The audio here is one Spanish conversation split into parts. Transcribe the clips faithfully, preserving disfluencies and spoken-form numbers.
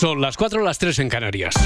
Son las cuatro, las tres en Canarias.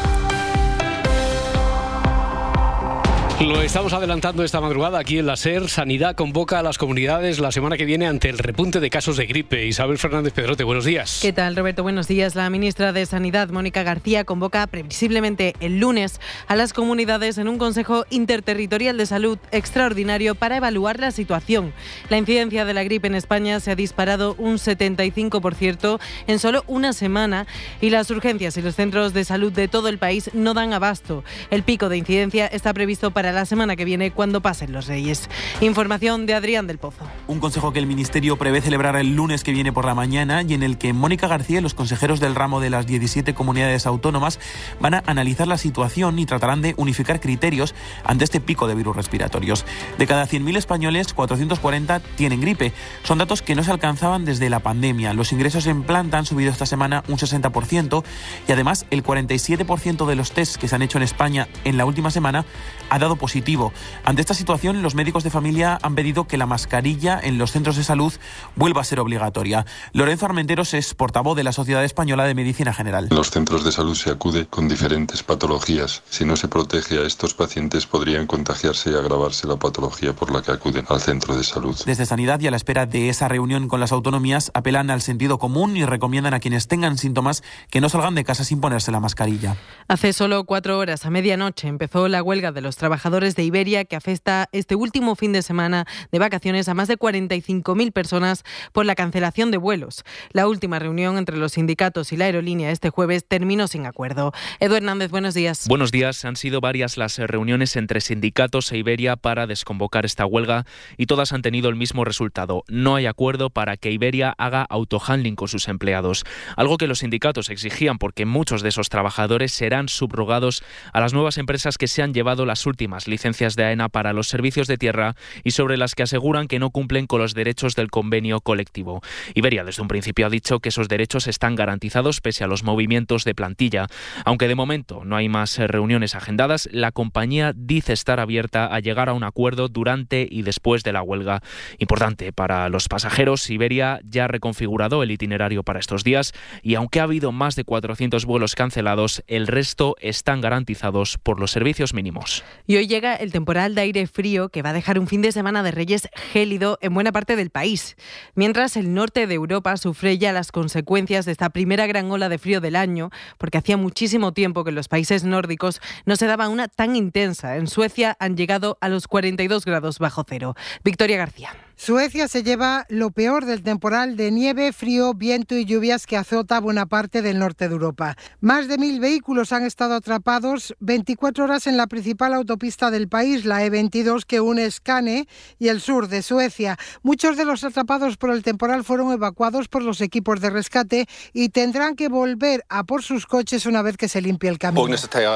Lo estamos adelantando esta madrugada aquí en la SER. Sanidad convoca a las comunidades la semana que viene ante el repunte de casos de gripe. Isabel Fernández Pedrote, buenos días. ¿Qué tal, Roberto? Buenos días. La ministra de Sanidad, Mónica García, convoca previsiblemente el lunes a las comunidades en un Consejo Interterritorial de Salud extraordinario para evaluar la situación. La incidencia de la gripe en España se ha disparado un setenta y cinco por ciento en solo una semana y las urgencias y los centros de salud de todo el país no dan abasto. El pico de incidencia está previsto para la semana que viene, cuando pasen los Reyes. Información de Adrián del Pozo. Un consejo que el Ministerio prevé celebrar el lunes que viene por la mañana y en el que Mónica García y los consejeros del ramo de las diecisiete comunidades autónomas van a analizar la situación y tratarán de unificar criterios ante este pico de virus respiratorios. De cada cien mil españoles, cuatrocientos cuarenta tienen gripe. Son datos que no se alcanzaban desde la pandemia. Los ingresos en planta han subido esta semana un sesenta por ciento y además el cuarenta y siete por ciento de los tests que se han hecho en España en la última semana ha dado positivo. Ante esta situación, los médicos de familia han pedido que la mascarilla en los centros de salud vuelva a ser obligatoria. Lorenzo Armenteros es portavoz de la Sociedad Española de Medicina General. En los centros de salud se acude con diferentes patologías. Si no se protege a estos pacientes, podrían contagiarse y agravarse la patología por la que acuden al centro de salud. Desde Sanidad y a la espera de esa reunión con las autonomías, apelan al sentido común y recomiendan a quienes tengan síntomas que no salgan de casa sin ponerse la mascarilla. Hace solo cuatro horas, a medianoche, empezó la huelga de los trabajadores de Iberia, que afecta este último fin de semana de vacaciones a más de cuarenta y cinco mil personas por la cancelación de vuelos. La última reunión entre los sindicatos y la aerolínea este jueves terminó sin acuerdo. Edu Hernández, buenos días. Buenos días. Han sido varias las reuniones entre sindicatos e Iberia para desconvocar esta huelga y todas han tenido el mismo resultado. No hay acuerdo para que Iberia haga autohandling con sus empleados, algo que los sindicatos exigían porque muchos de esos trabajadores serán subrogados a las nuevas empresas que se han llevado las últimas licencias de AENA para los servicios de tierra y sobre las que aseguran que no cumplen con los derechos del convenio colectivo. Iberia desde un principio ha dicho que esos derechos están garantizados pese a los movimientos de plantilla. Aunque de momento no hay más reuniones agendadas, la compañía dice estar abierta a llegar a un acuerdo durante y después de la huelga. Importante para los pasajeros, Iberia ya ha reconfigurado el itinerario para estos días y aunque ha habido más de cuatrocientos vuelos cancelados, el resto están garantizados por los servicios mínimos. Y hoy llega el temporal de aire frío que va a dejar un fin de semana de Reyes gélido en buena parte del país. Mientras el norte de Europa sufre ya las consecuencias de esta primera gran ola de frío del año, porque hacía muchísimo tiempo que en los países nórdicos no se daba una tan intensa. En Suecia han llegado a los cuarenta y dos grados bajo cero. Victoria García. Suecia se lleva lo peor del temporal de nieve, frío, viento y lluvias que azota buena parte del norte de Europa. Más de mil vehículos han estado atrapados veinticuatro horas en la principal autopista del país, la E veintidós, que une Skane y el sur de Suecia. Muchos de los atrapados por el temporal fueron evacuados por los equipos de rescate y tendrán que volver a por sus coches una vez que se limpie el camino.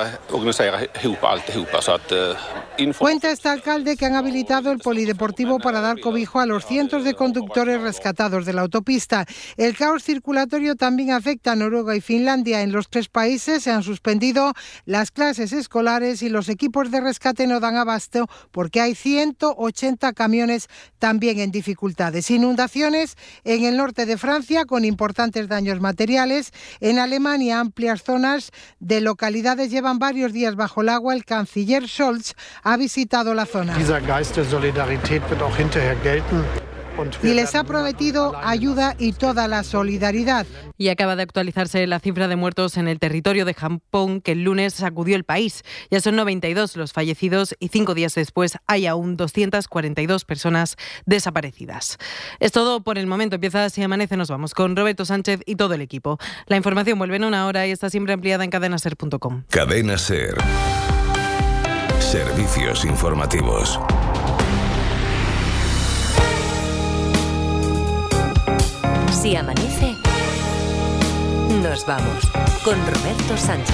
Cuenta este alcalde que han habilitado el polideportivo para dar cobijo a los cientos de conductores rescatados de la autopista. El caos circulatorio también afecta a Noruega y Finlandia. En los tres países se han suspendido las clases escolares y los equipos de rescate no dan abasto porque hay ciento ochenta camiones también en dificultades. Inundaciones en el norte de Francia con importantes daños materiales. En Alemania, amplias zonas de localidades llevan varios días bajo el agua. El canciller Scholz ha visitado la zona y les ha prometido ayuda y toda la solidaridad. Y acaba de actualizarse la cifra de muertos en el territorio de Japón, que el lunes sacudió el país. Ya son noventa y dos los fallecidos y cinco días después hay aún doscientas cuarenta y dos personas desaparecidas. Es todo por el momento. Empieza Así Amanece. Nos vamos con Roberto Sánchez y todo el equipo. La información vuelve en una hora y está siempre ampliada en cadena ser punto com. Cadena Ser. Servicios informativos. Si amanece, nos vamos con Roberto Sánchez.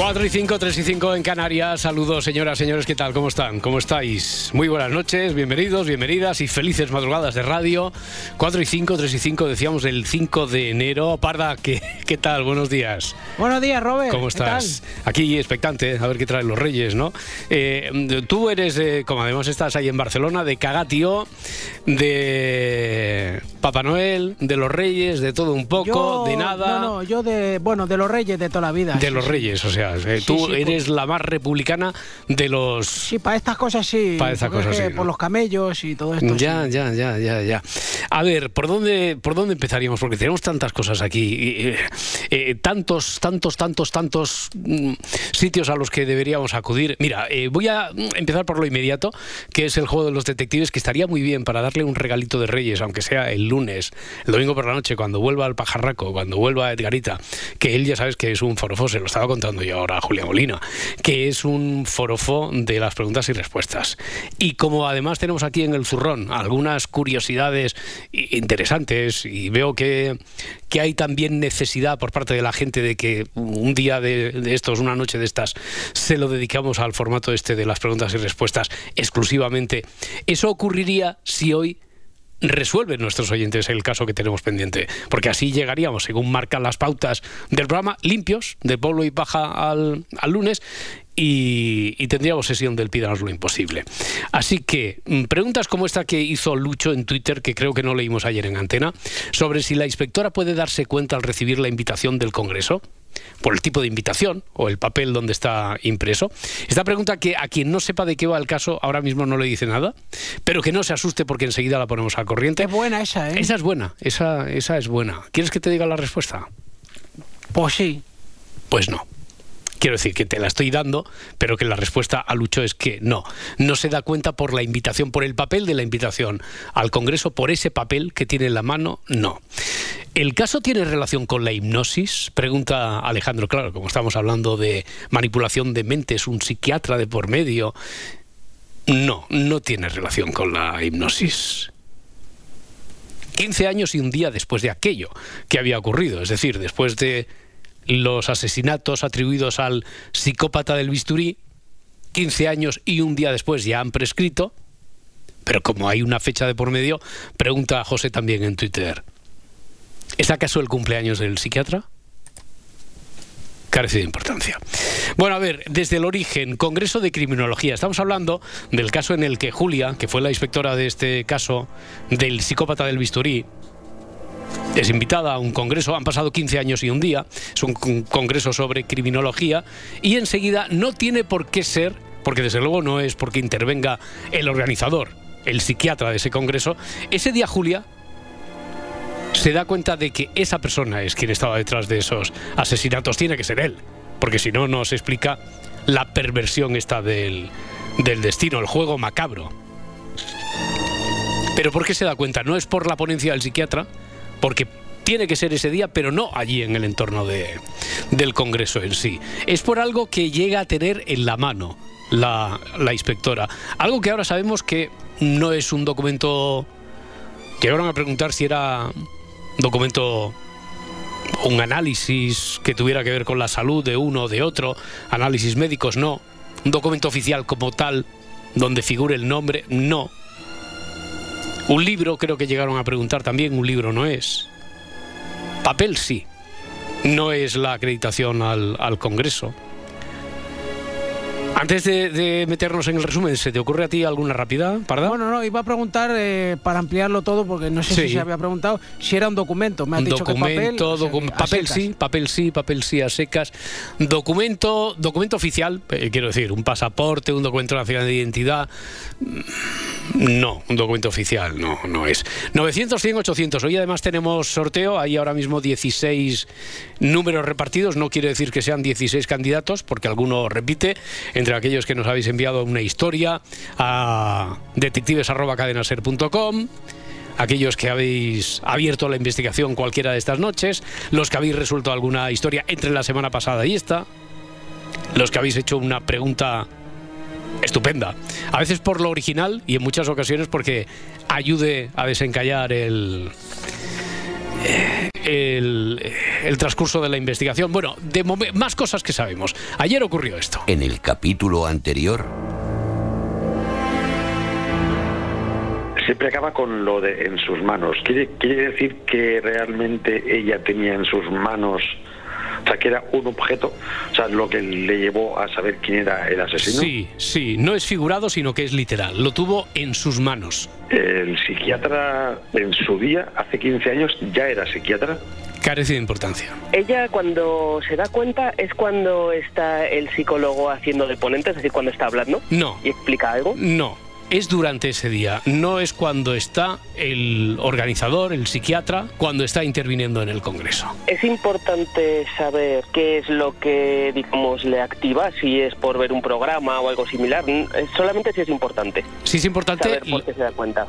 cuatro y cinco, tres y cinco en Canarias. Saludos, señoras, señores, ¿qué tal? ¿Cómo están? ¿Cómo estáis? Muy buenas noches, bienvenidos, bienvenidas y felices madrugadas de radio. cuatro y cinco, tres y cinco, decíamos el cinco de enero. Parda, ¿qué, qué tal? Buenos días. Buenos días, Robert. ¿Cómo estás? Aquí expectante, a ver qué traen los Reyes, ¿no? Eh, tú eres, eh, como además estás ahí en Barcelona, de Cagatio, de Papá Noel, de los Reyes, de todo un poco, yo, de nada. No, no, yo de, bueno, de los Reyes de toda la vida. De sí, los sí. Reyes, o sea, eh, Sí, tú sí, eres pues, la más republicana de los... Sí, para estas cosas sí. Para estas porque cosas es que sí, ¿no? Por los camellos y todo esto. Ya, sí. ya, ya, ya, ya. A ver, ¿por dónde, por dónde empezaríamos? Porque tenemos tantas cosas aquí, eh, eh, tantos, tantos, tantos, tantos mm, sitios a los que deberíamos acudir. Mira, eh, voy a empezar por lo inmediato, que es el juego de los detectives, que estaría muy bien para darle un regalito de Reyes, aunque sea el lunes, el domingo por la noche, cuando vuelva al pajarraco, cuando vuelva a Edgarita, que él ya sabes que es un forofo, se lo estaba contando yo ahora a Julia Molina, que es un forofo de las preguntas y respuestas. Y como además tenemos aquí en el zurrón algunas curiosidades interesantes, y veo que, que hay también necesidad por parte de la gente de que un día de, de estos, una noche de estas, se lo dedicamos al formato este de las preguntas y respuestas exclusivamente. Eso ocurriría si hoy resuelven nuestros oyentes el caso que tenemos pendiente, porque así llegaríamos, según marcan las pautas del programa, limpios, de polvo y paja al, al lunes, y, y tendríamos sesión del Pídanos lo Imposible. Así que, preguntas como esta que hizo Lucho en Twitter, que creo que no leímos ayer en Antena, sobre si la inspectora puede darse cuenta al recibir la invitación del Congreso, por el tipo de invitación o el papel donde está impreso. Esta pregunta, que a quien no sepa de qué va el caso ahora mismo no le dice nada, pero que no se asuste porque enseguida la ponemos al corriente. Es buena esa, ¿eh? Esa es buena, esa, esa es buena. ¿Quieres que te diga la respuesta? Pues sí. Pues no. Quiero decir que te la estoy dando, pero que la respuesta a Lucho es que no. No se da cuenta por la invitación, por el papel de la invitación al Congreso, por ese papel que tiene en la mano, no. ¿El caso tiene relación con la hipnosis? Pregunta Alejandro. Claro, como estamos hablando de manipulación de mentes, un psiquiatra de por medio. No, no tiene relación con la hipnosis. quince años y un día después de aquello que había ocurrido, es decir, después de los asesinatos atribuidos al psicópata del bisturí, quince años y un día después ya han prescrito, pero como hay una fecha de por medio, pregunta a José también en Twitter, ¿es acaso el cumpleaños del psiquiatra? Carece de importancia. Bueno, a ver, desde el origen, Congreso de Criminología. Estamos hablando del caso en el que Julia, que fue la inspectora de este caso del psicópata del bisturí, es invitada a un congreso. Han pasado quince años y un día. Es un congreso sobre criminología y enseguida no tiene por qué ser, porque desde luego no es porque intervenga el organizador, el psiquiatra de ese congreso. Ese día Julia se da cuenta de que esa persona es quien estaba detrás de esos asesinatos. Tiene que ser él, porque si no, no se explica la perversión esta del, del destino, el juego macabro. ¿Pero por qué se da cuenta? No es por la ponencia del psiquiatra, porque tiene que ser ese día, pero no allí en el entorno de, del Congreso en sí. Es por algo que llega a tener en la mano la, la inspectora. Algo que ahora sabemos que no es un documento... Llegaron a preguntar si era un documento, un análisis que tuviera que ver con la salud de uno o de otro, análisis médicos, no. Un documento oficial como tal, donde figure el nombre, no. Un libro, creo que llegaron a preguntar también, un libro no es. Papel sí. No es la acreditación al, al Congreso. Antes de, de meternos en el resumen, ¿se te ocurre a ti alguna rápida, Parda? Bueno, no, iba a preguntar, eh, para ampliarlo todo, porque no sé Sí. si se había preguntado, si era un documento. Me has Un dicho documento, que papel, docu- o sea, a papel secas. sí, papel sí, papel sí, a secas. Documento, documento oficial, eh, quiero decir, un pasaporte, un documento nacional de identidad. No, un documento oficial no, no es. novecientos, cien, ochocientos. Hoy además tenemos sorteo, hay ahora mismo dieciséis números repartidos. No quiere decir que sean dieciséis candidatos, porque alguno repite. Entre aquellos que nos habéis enviado una historia a detectives arroba cadenaser punto com, aquellos que habéis abierto la investigación cualquiera de estas noches, los que habéis resuelto alguna historia entre la semana pasada y esta, los que habéis hecho una pregunta estupenda, a veces por lo original y en muchas ocasiones porque ayude a desencallar el el, el transcurso de la investigación. Bueno, de momen- más cosas que sabemos. Ayer ocurrió esto. En el capítulo anterior... Siempre acaba con lo de en sus manos. ¿Quiere, quiere decir que realmente ella tenía en sus manos, o sea, que era un objeto, o sea, lo que le llevó a saber quién era el asesino? Sí, sí, no es figurado, sino que es literal. Lo tuvo en sus manos. El psiquiatra en su día, hace quince años, ya era psiquiatra. Carece de importancia. Ella cuando se da cuenta es cuando está el psicólogo haciendo de ponente, es decir, cuando está hablando. No. ¿Y explica algo? No. Es durante ese día, no es cuando está el organizador, el psiquiatra, cuando está interviniendo en el Congreso. Es importante saber qué es lo que, digamos, le activa, si es por ver un programa o algo similar, solamente si es importante. Si es importante... Saber por qué se da cuenta.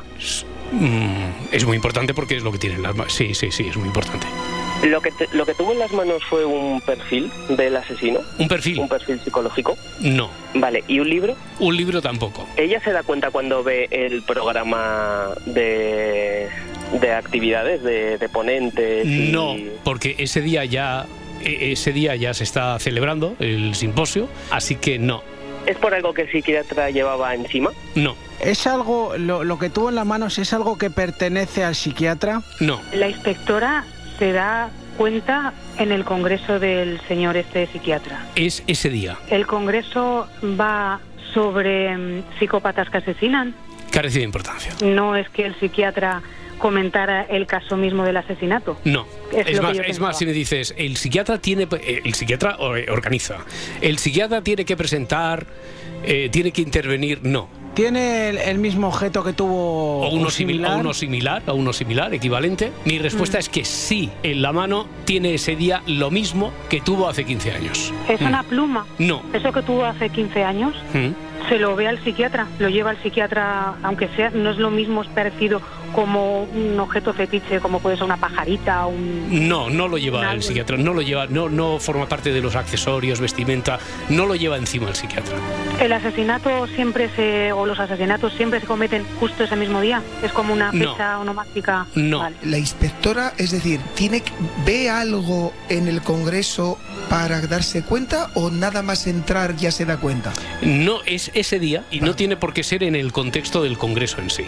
Es muy importante porque es lo que tiene en las manos. Sí, sí, sí, es muy importante. Lo que, te, lo que tuvo en las manos fue un perfil del asesino. ¿Un perfil? ¿Un perfil psicológico? No. Vale, ¿y un libro? Un libro tampoco. Ella se da cuenta cuando ve el programa de, de actividades, de, de ponentes. Y... No, porque ese día ya, ese día ya se está celebrando el simposio, así que no. ¿Es por algo que el psiquiatra llevaba encima? No. ¿Es algo, lo, lo que tuvo en las manos, es algo que pertenece al psiquiatra? No. La inspectora se da cuenta en el congreso del señor este psiquiatra. Es ese día. ¿El congreso va sobre um, psicópatas que asesinan? Carece de importancia. ¿No es que el psiquiatra comentara el caso mismo del asesinato? No. Es, es, más, es es más, si me dices, el psiquiatra tiene, el psiquiatra organiza, el psiquiatra tiene que presentar, eh, tiene que intervenir, no. ¿Tiene el, el mismo objeto que tuvo o uno un similar? O uno similar, o uno similar, equivalente. Mi respuesta mm. es que sí, en la mano tiene ese día lo mismo que tuvo hace quince años. ¿Es mm. una pluma? No. ¿Eso que tuvo hace quince años? Mm. Se lo ve al psiquiatra, lo lleva al psiquiatra, aunque sea, no es lo mismo, es parecido como un objeto fetiche, como puede ser una pajarita, un... No, no lo lleva un el psiquiatra, no lo lleva, no, no forma parte de los accesorios, vestimenta, no lo lleva encima el psiquiatra. ¿El asesinato siempre se, o los asesinatos siempre se cometen justo ese mismo día? ¿Es como una fecha no. onomática? No. Vale. La inspectora, es decir, ¿tiene ve algo en el Congreso para darse cuenta o nada más entrar ya se da cuenta? No, es ese día y no tiene por qué ser en el contexto del Congreso en sí.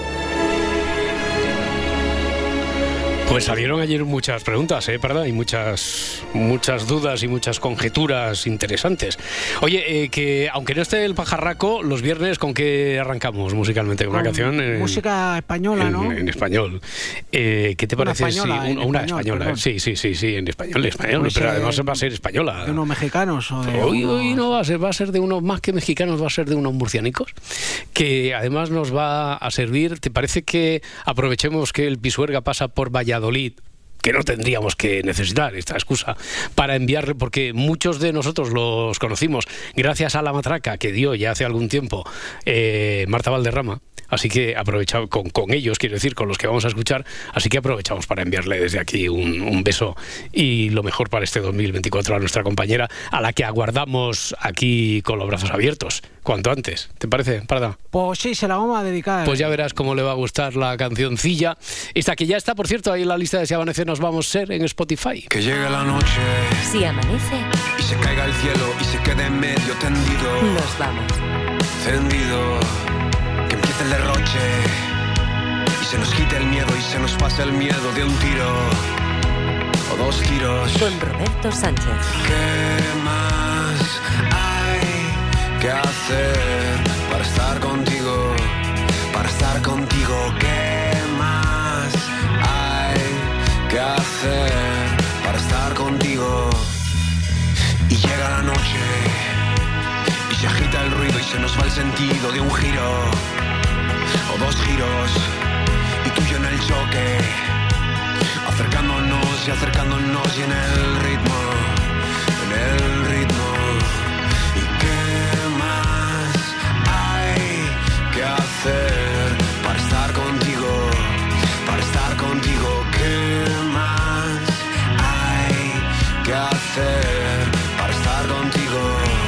Pues salieron ayer muchas preguntas, ¿eh? ¿Verdad? Y muchas, muchas dudas y muchas conjeturas interesantes. Oye, eh, que aunque no esté el pajarraco, los viernes, ¿con qué arrancamos musicalmente? Una Con canción... Eh, música española, en, ¿no? En español. Eh, ¿Qué te una parece? Española, sí, un, una español, española. perdón. Sí, sí, sí, sí, en español, en español. Pues pero eh, además va a ser española. ¿De unos mexicanos o de Hoy, unos... hoy no va a ser, va a ser de unos más que mexicanos, va a ser de unos murcianicos, que además nos va a servir. ¿Te parece que aprovechemos que el Pisuerga pasa por Valladolid? Que no tendríamos que necesitar esta excusa para enviarle, porque muchos de nosotros los conocimos gracias a la matraca que dio ya hace algún tiempo eh, Marta Valderrama. Así que aprovechamos con, con ellos, quiero decir, con los que vamos a escuchar, así que aprovechamos para enviarle desde aquí un, un beso y lo mejor para este dos mil veinticuatro a nuestra compañera, a la que aguardamos aquí con los brazos abiertos, cuanto antes. ¿Te parece, Parda? Pues sí, se la vamos a dedicar. Pues ya verás cómo le va a gustar la cancioncilla. Esta que ya está, por cierto, ahí en la lista de Si Amanece Nos Vamos a Ser en Spotify. Que llegue la noche. Si amanece. Y se caiga el cielo y se quede en medio tendido. Nos vamos. Tendido. Que empiece el derroche. Y se nos quite el miedo y se nos pase el miedo de un tiro. O dos tiros. Con Roberto Sánchez. ¿Qué más hay que hacer para estar contigo? Para estar contigo. ¿Qué más hay que hacer para estar contigo? Y llega la noche y se agita el ruido y se nos va el sentido de un giro o dos giros y tú y yo en el choque, acercándonos y acercándonos y en el ritmo, en el ritmo. ¿Y qué más hay que hacer para estar contigo? Para estar contigo. ¿Qué más hay que hacer para estar contigo?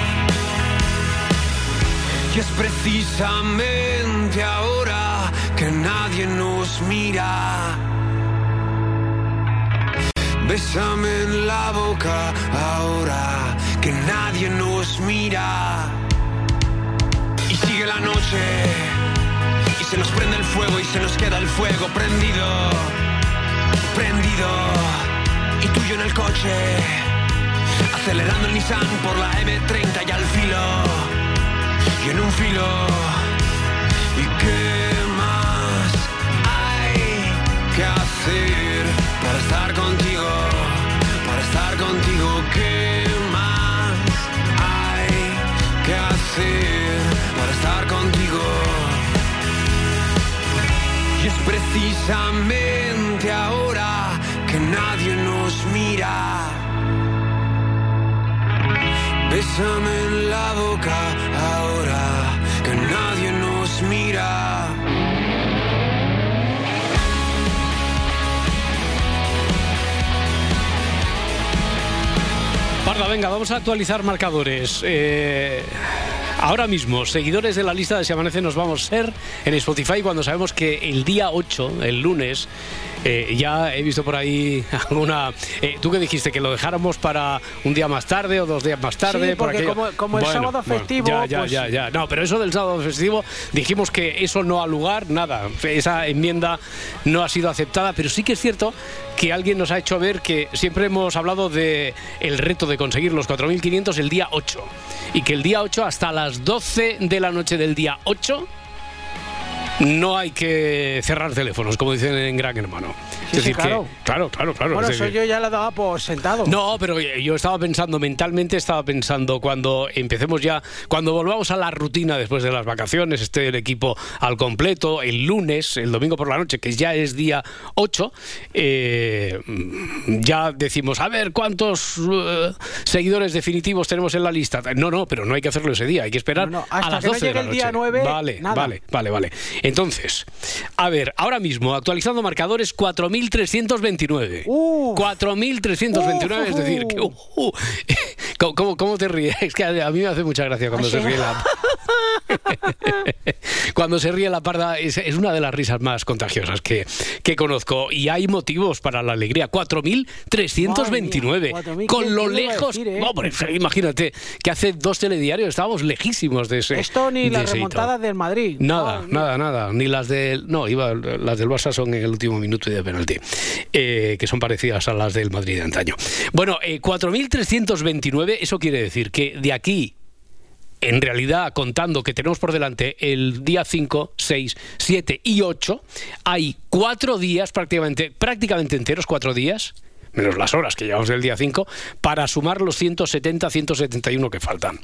Y es precisamente ahora que nadie nos mira. Bésame en la boca ahora que nadie nos mira. Y sigue la noche y se nos prende el fuego y se nos queda el fuego prendido, prendido. Y tú y yo en el coche, acelerando el Nissan por la eme treinta y al filo, y en un filo. ¿Y qué más hay que hacer para estar contigo? Para estar contigo, ¿qué más hay que hacer para estar contigo? Y es precisamente ahora que nadie nos mira. Bésame en la boca ahora que nadie nos mira. Parda, venga, vamos a actualizar marcadores. Eh, ahora mismo, seguidores de la lista de Si Amanece nos vamos a ser en Spotify cuando sabemos que el día ocho, el lunes, eh, ya he visto por ahí alguna... Eh, ¿Tú qué dijiste? ¿Que lo dejáramos para un día más tarde o dos días más tarde? Sí, porque por como, como el bueno, sábado festivo... Bueno, ya, ya, pues... ya, ya. No, pero eso del sábado festivo, dijimos que eso no ha lugar, nada. Esa enmienda no ha sido aceptada, pero sí que es cierto que alguien nos ha hecho ver que siempre hemos hablado de el reto de conseguir los cuatro mil quinientos el día ocho. Y que el día ocho, hasta las doce de la noche del día ocho, no hay que cerrar teléfonos, como dicen en Gran Hermano. Sí, es decir, sí, claro. que, claro, claro, claro. Bueno, es eso decir, yo ya lo daba por sentado. No, pero yo estaba pensando, mentalmente estaba pensando, cuando empecemos ya, cuando volvamos a la rutina después de las vacaciones, esté el equipo al completo, el lunes, el domingo por la noche, que ya es día ocho, eh, ya decimos, a ver, ¿cuántos uh, seguidores definitivos tenemos en la lista? No, no, pero no hay que hacerlo ese día, hay que esperar no, no, hasta a las que doce no llegue de la el día noche. nueve, Vale, nada. vale, vale, vale. Entonces, a ver, ahora mismo, actualizando marcadores, cuatro mil trescientos veintinueve. Uh, cuatro mil trescientos veintinueve, uh, es decir, que, uh, uh, ¿cómo, cómo, ¿cómo te ríes? Es que a, a mí me hace mucha gracia cuando se ríe la... Cuando se ríe la Parda, es, es una de las risas más contagiosas que, que conozco. Y hay motivos para la alegría. cuatro mil trescientos veintinueve. Con lo lejos... Decir, ¿eh? Hombre, imagínate que hace dos telediarios estábamos lejísimos de ese... Esto ni de las ese remontadas hito. del Madrid. Nada, Oh, nada, nada. Ni las del... No, iba, las del Barça son en el último minuto y de penalti. Eh, que son parecidas a las del Madrid de antaño. Bueno, eh, cuatro mil trescientos veintinueve, eso quiere decir que de aquí, en realidad, contando que tenemos por delante el día cinco, seis, siete y ocho, hay cuatro días prácticamente, prácticamente enteros, cuatro días, menos las horas que llevamos del día cinco, para sumar los ciento setenta, ciento setenta y uno que faltan.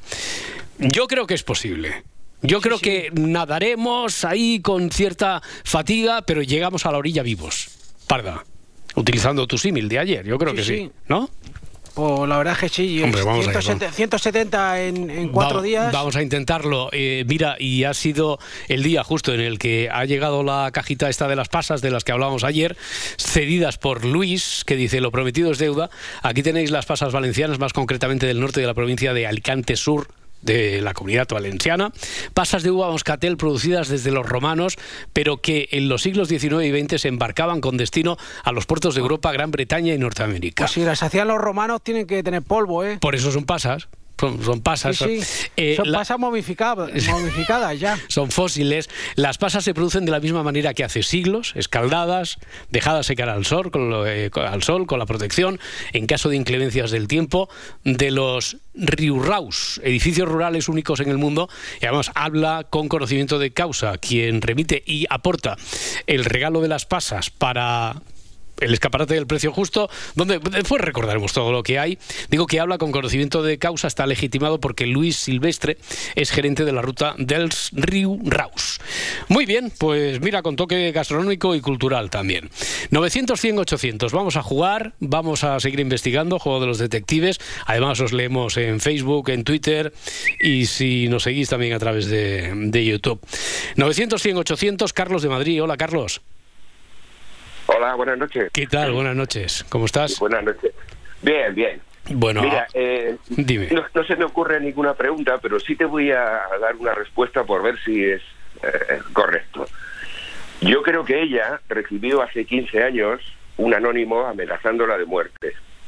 Yo creo que es posible. Yo creo sí, sí. que nadaremos ahí con cierta fatiga, pero llegamos a la orilla vivos. Parda, utilizando tu símil de ayer, yo creo sí, que sí, sí, ¿no? Pues la verdad es que sí. Hombre, vamos ciento setenta, ciento setenta en, en cuatro Va, días. Vamos a intentarlo. Eh, mira, y ha sido el día justo en el que ha llegado la cajita esta de las pasas de las que hablábamos ayer, cedidas por Luis, que dice, lo prometido es deuda. Aquí tenéis las pasas valencianas, más concretamente del norte de la provincia de Alicante Sur, de la Comunidad Valenciana, pasas de uva moscatel producidas desde los romanos, pero que en los siglos diecinueve y veinte se embarcaban con destino a los puertos de Europa, Gran Bretaña y Norteamérica. Pues si las hacían los romanos tienen que tener polvo, ¿eh? Por eso son pasas. Son, son pasas, sí, sí. Son, eh, son la... pasas momificadas, momificadas ya. Son fósiles. Las pasas se producen de la misma manera que hace siglos, escaldadas, dejadas secar al sol, con lo, eh, al sol, con la protección, en caso de inclemencias del tiempo, de los riurraus, edificios rurales únicos en el mundo, y además habla con conocimiento de causa quien remite y aporta el regalo de las pasas para el escaparate del precio justo, donde después recordaremos todo lo que hay. Digo que habla con conocimiento de causa, está legitimado porque Luis Silvestre es gerente de la ruta dels Riu-Raus. Muy bien, pues mira, con toque gastronómico y cultural también. novecientos, cien, ochocientos. Vamos a jugar, vamos a seguir investigando, juego de los detectives. Además os leemos en Facebook, en Twitter y si nos seguís también a través de, de YouTube. novecientos, cien, ochocientos. Carlos de Madrid. Hola, Carlos. Hola, buenas noches. ¿Qué tal? Buenas noches. ¿Cómo estás? Buenas noches. Bien, bien. Bueno, mira, eh, dime. No, no se me ocurre ninguna pregunta, pero sí te voy a dar una respuesta por ver si es eh, correcto. Yo creo que ella recibió hace quince años un anónimo amenazándola de muerte.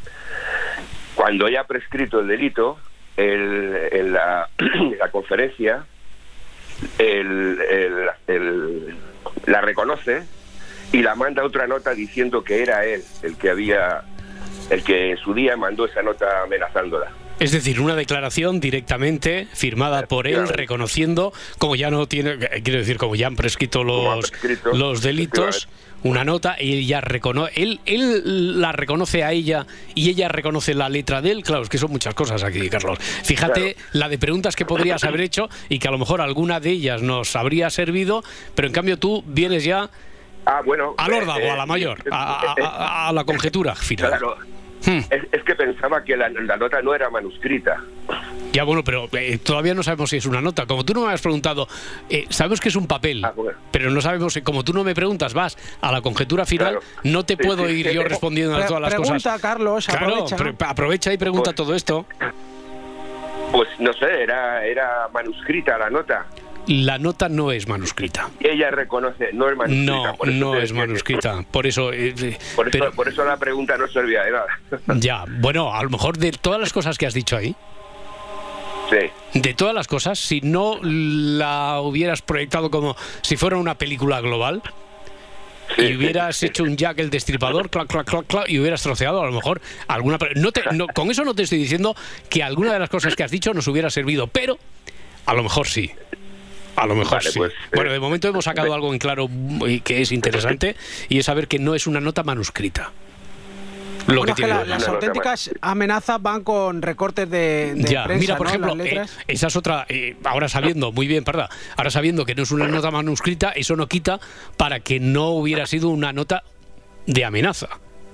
Cuando ya ha prescrito el delito, el, en, la, en la conferencia, el, el, el, la reconoce y la manda otra nota diciendo que era él el que había, el que en su día mandó esa nota amenazándola. Es decir, una declaración directamente firmada por él, reconociendo, como ya no tiene, quiero decir, como ya han prescrito los, prescrito, los delitos, una nota, y él ya reconoce, él, él la reconoce a ella y ella reconoce la letra de él. Claro, es que son muchas cosas aquí, Carlos. Fíjate claro. la de preguntas que podrías haber hecho y que a lo mejor alguna de ellas nos habría servido, pero en cambio tú vienes ya ah, bueno, al órdago, eh, a la mayor, eh, a, a, a, a la conjetura final. Claro. Hmm. Es, es que pensaba que la, la nota no era manuscrita. Ya, bueno, pero eh, todavía no sabemos si es una nota. Como tú no me has preguntado, eh, sabemos que es un papel, ah, bueno. pero no sabemos, como tú no me preguntas, vas a la conjetura final, claro. no te puedo sí, sí, ir sí, yo sí. respondiendo a todas las pregunta, cosas. Pregunta, Carlos, aprovecha. Claro, pre aprovecha y pregunta pues, todo esto. Pues no sé, era, era manuscrita la nota. La nota no es manuscrita. Ella reconoce, no es manuscrita. No, por eso no es manuscrita. Que... Por eso, eh, por eso, pero... por eso la pregunta no servía de nada. Ya, bueno, a lo mejor de todas las cosas que has dicho ahí, sí. de todas las cosas, si no la hubieras proyectado como si fuera una película global, sí, y hubieras sí, hecho un Jack el Destripador, clac, clac, clac, clac, y hubieras troceado a lo mejor alguna... No te, no, con eso no te estoy diciendo que alguna de las cosas que has dicho nos hubiera servido, pero a lo mejor sí. A lo mejor vale, sí. Pues, eh, bueno, de momento hemos sacado algo en claro que es interesante y es saber que no es una nota manuscrita. Lo bueno, que tiene que la, las auténticas amenazas van con recortes de, de ya, prensa, mira, por ¿no? ejemplo, eh, esa es otra, eh, ahora sabiendo, muy bien, perdón, ahora sabiendo que no es una nota manuscrita, eso no quita para que no hubiera sido una nota de amenaza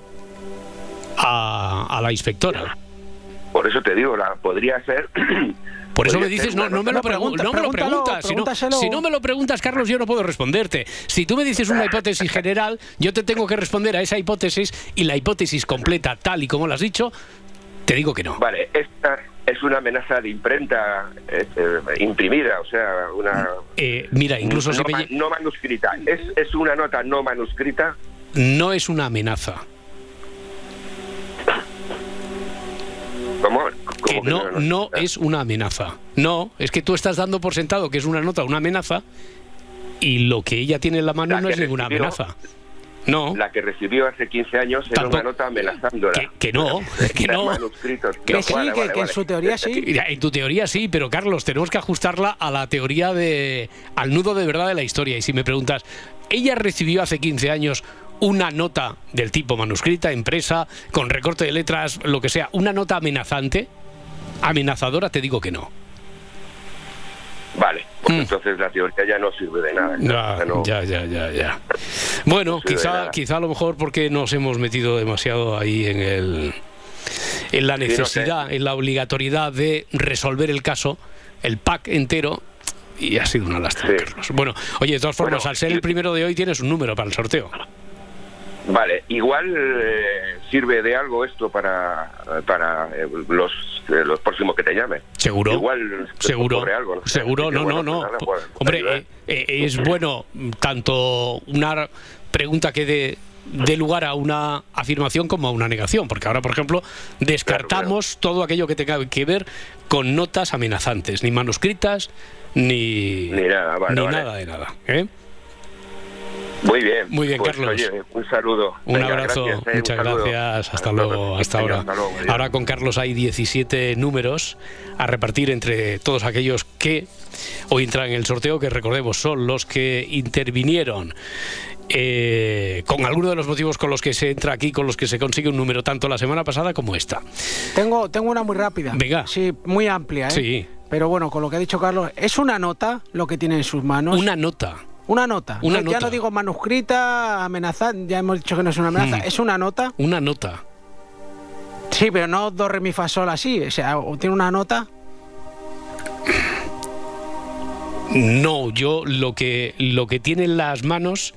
a, a la inspectora. Por eso te digo, la podría ser... Por eso me dices, no, no me lo, pregun no me lo preguntas. Si no, si no me lo preguntas, Carlos, yo no puedo responderte. Si tú me dices una hipótesis general, yo te tengo que responder a esa hipótesis y la hipótesis completa, tal y como lo has dicho, te digo que no. Vale, esta es una amenaza de imprenta eh, eh, imprimida, o sea, una... Eh, mira, incluso no, si me... no manuscrita. ¿Es, ¿Es una nota no manuscrita? No es una amenaza. ¿Cómo? Que no, que no, no es una amenaza. No, es que tú estás dando por sentado que es una nota, una amenaza, y lo que ella tiene en la mano la no es ninguna recibió, amenaza. No. La que recibió hace quince años era Tampoco, una nota amenazándola. Que, que no, que no. Que no, sí, vale, que, vale, que en su teoría sí. En tu teoría sí, pero Carlos, tenemos que ajustarla a la teoría de... al nudo de verdad de la historia. Y si me preguntas, ¿ella recibió hace quince años una nota del tipo manuscrita, impresa, con recorte de letras, lo que sea, una nota amenazante, amenazadora? Te digo que no. Vale, pues mm. entonces la teoría ya no sirve de nada. Ya, no, ya, ya, ya, ya. Bueno, no quizá, quizá a lo mejor porque nos hemos metido demasiado ahí en el, en la necesidad, sí, no sé. en la obligatoriedad de resolver el caso, el pack entero. Y ha sido una lástima, sí. Carlos. Bueno, oye, de todas formas, bueno, al ser el primero de hoy tienes un número para el sorteo. Vale, igual eh, sirve de algo esto para, para eh, los, eh, los próximos que te llamen. Seguro. Igual seguro. Algo, ¿no? Seguro, no, bueno, no, no. Pues nada, pues, hombre, eh, eh, es bueno tanto una pregunta que dé de lugar a una afirmación como a una negación, porque ahora, por ejemplo, descartamos claro, claro. todo aquello que tenga que ver con notas amenazantes, ni manuscritas, ni, ni nada, vale, ni vale. nada de nada. ¿eh? Muy bien. Muy bien, pues, Carlos. Oye, un saludo. Un Venga, abrazo. Gracias, eh, Muchas un saludo. gracias. Hasta, hasta luego. hasta Venga, ahora. Hasta luego, ahora con Carlos hay diecisiete números a repartir entre todos aquellos que hoy entran en el sorteo, que recordemos son los que intervinieron eh, con alguno de los motivos con los que se entra aquí, con los que se consigue un número tanto la semana pasada como esta. Tengo, tengo una muy rápida. Venga. Sí, muy amplia, ¿eh? Sí. Pero bueno, con lo que ha dicho Carlos, ¿es una nota lo que tiene en sus manos? Una nota. Una nota. Una no, nota. Ya no digo manuscrita, amenazada, ya hemos dicho que no es una amenaza. Mm. ¿Es una nota? Una nota. Sí, pero no do, re, mi, fa, sol así. O sea, ¿tiene una nota? No, yo lo que, lo que tiene en las manos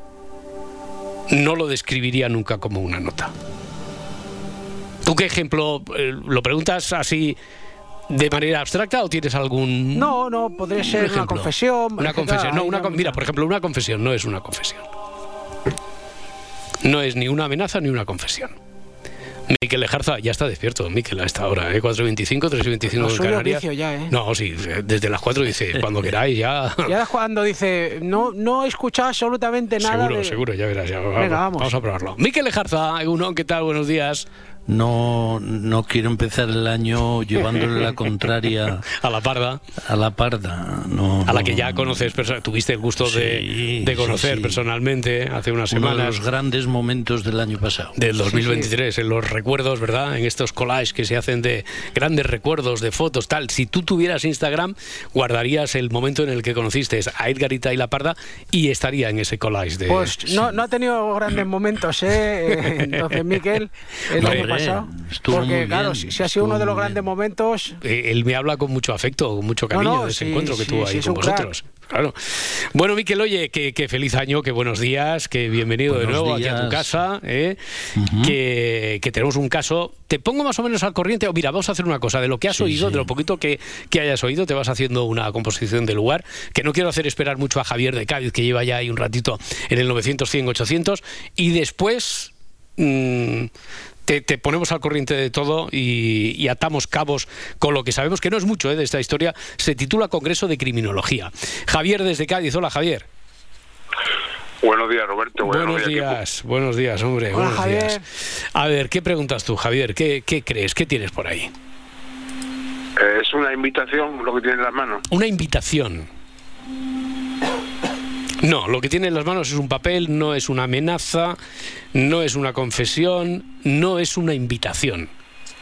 no lo describiría nunca como una nota. ¿Tú qué ejemplo? Eh, ¿Lo preguntas así de manera abstracta o tienes algún...? No, no, podría ser una confesión. Una confesión, no, una, mira, por ejemplo, una confesión no es una confesión. No es ni una amenaza ni una confesión. Miquel Lejarza ya está despierto, Miquel, a esta hora, ¿eh? cuatro y veinticinco, tres y veinticinco en Canarias. Ya, ¿eh? No, sí, desde las cuatro dice, cuando queráis ya... Ya cuando dice, no, no he escuchado absolutamente nada. Seguro, de... seguro, ya verás. Ya, Venga, vamos. vamos a probarlo. Miquel Lejarza, uno, ¿qué tal? Buenos días. No, no quiero empezar el año llevándole la contraria a la parda. A la parda, no. A la que no, ya conoces, tuviste el gusto sí, de, de conocer sí, sí. personalmente hace unas Uno semanas. de los grandes momentos del año pasado. Del dos mil veintitrés, sí, sí. En los recuerdos, ¿verdad? En estos collages que se hacen de grandes recuerdos, de fotos, tal. Si tú tuvieras Instagram, guardarías el momento en el que conociste a Edgarita y la parda y estaría en ese collage de... Pues no, no ha tenido grandes momentos, ¿eh? Entonces, Miquel, el año pasado. Estuvo porque muy claro, bien, si ha sido uno de los grandes momentos. Eh, él me habla con mucho afecto, con mucho cariño, no, no, de ese sí, encuentro que sí, tuvo ahí sí, con vosotros. Crack. Claro. Bueno, Miquel, oye, que, que feliz año, que buenos días, que bienvenido buenos de nuevo días. Aquí a tu casa, ¿eh? uh-huh. que, que tenemos un caso. Te pongo más o menos al corriente. O mira, vamos a hacer una cosa. De lo que has sí, oído, sí. de lo poquito que, que hayas oído, te vas haciendo una composición del lugar. Que no quiero hacer esperar mucho a Javier de Cádiz, que lleva ya ahí un ratito en el novecientos, cien, ochocientos. Y después... Mmm, Te, te ponemos al corriente de todo y, y atamos cabos con lo que sabemos, que no es mucho ¿eh? de esta historia. Se titula Congreso de Criminología. Javier desde Cádiz. Hola, Javier. Buenos días, Roberto. Buenos, buenos días, días buenos días, hombre. Hola, buenos Javier. días. A ver, ¿qué preguntas tú, Javier? ¿Qué, qué crees? ¿Qué tienes por ahí? Eh, es una invitación lo que tiene en las manos. Una invitación. No, lo que tiene en las manos es un papel, no es una amenaza, no es una confesión, no es una invitación.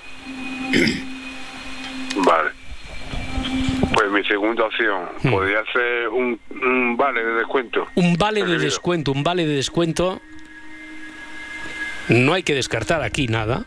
Vale. Pues mi segunda opción, hmm. podría ser un, un vale de descuento. Un vale de descuento, un vale de descuento. No hay que descartar aquí nada,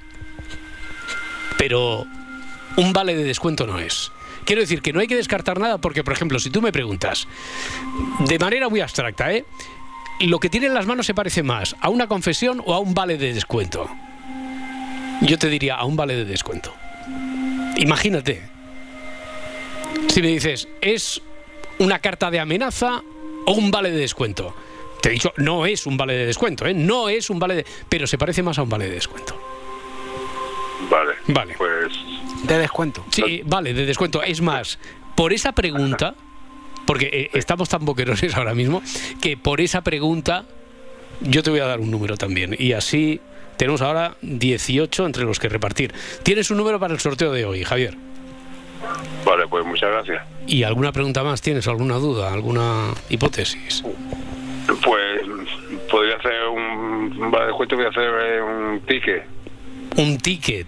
pero un vale de descuento no es. Quiero decir que no hay que descartar nada porque, por ejemplo, si tú me preguntas, de manera muy abstracta, ¿eh? ¿lo que tiene en las manos se parece más a una confesión o a un vale de descuento? Yo te diría a un vale de descuento. Imagínate. Si me dices, ¿es una carta de amenaza o un vale de descuento? Te he dicho, no es un vale de descuento, ¿eh? No es un vale de... pero se parece más a un vale de descuento. Vale. Vale. Pues... de descuento. Sí, vale, de descuento. Es más, por esa pregunta, porque eh, estamos tan boquerones ahora mismo, que por esa pregunta yo te voy a dar un número también. Y así tenemos ahora dieciocho entre los que repartir. Tienes un número para el sorteo de hoy, Javier. Vale, pues muchas gracias. ¿Y alguna pregunta más tienes? ¿Alguna duda? ¿Alguna hipótesis? Pues podría hacer un, un vale de descuento, voy a hacer eh, un ticket. Un ticket.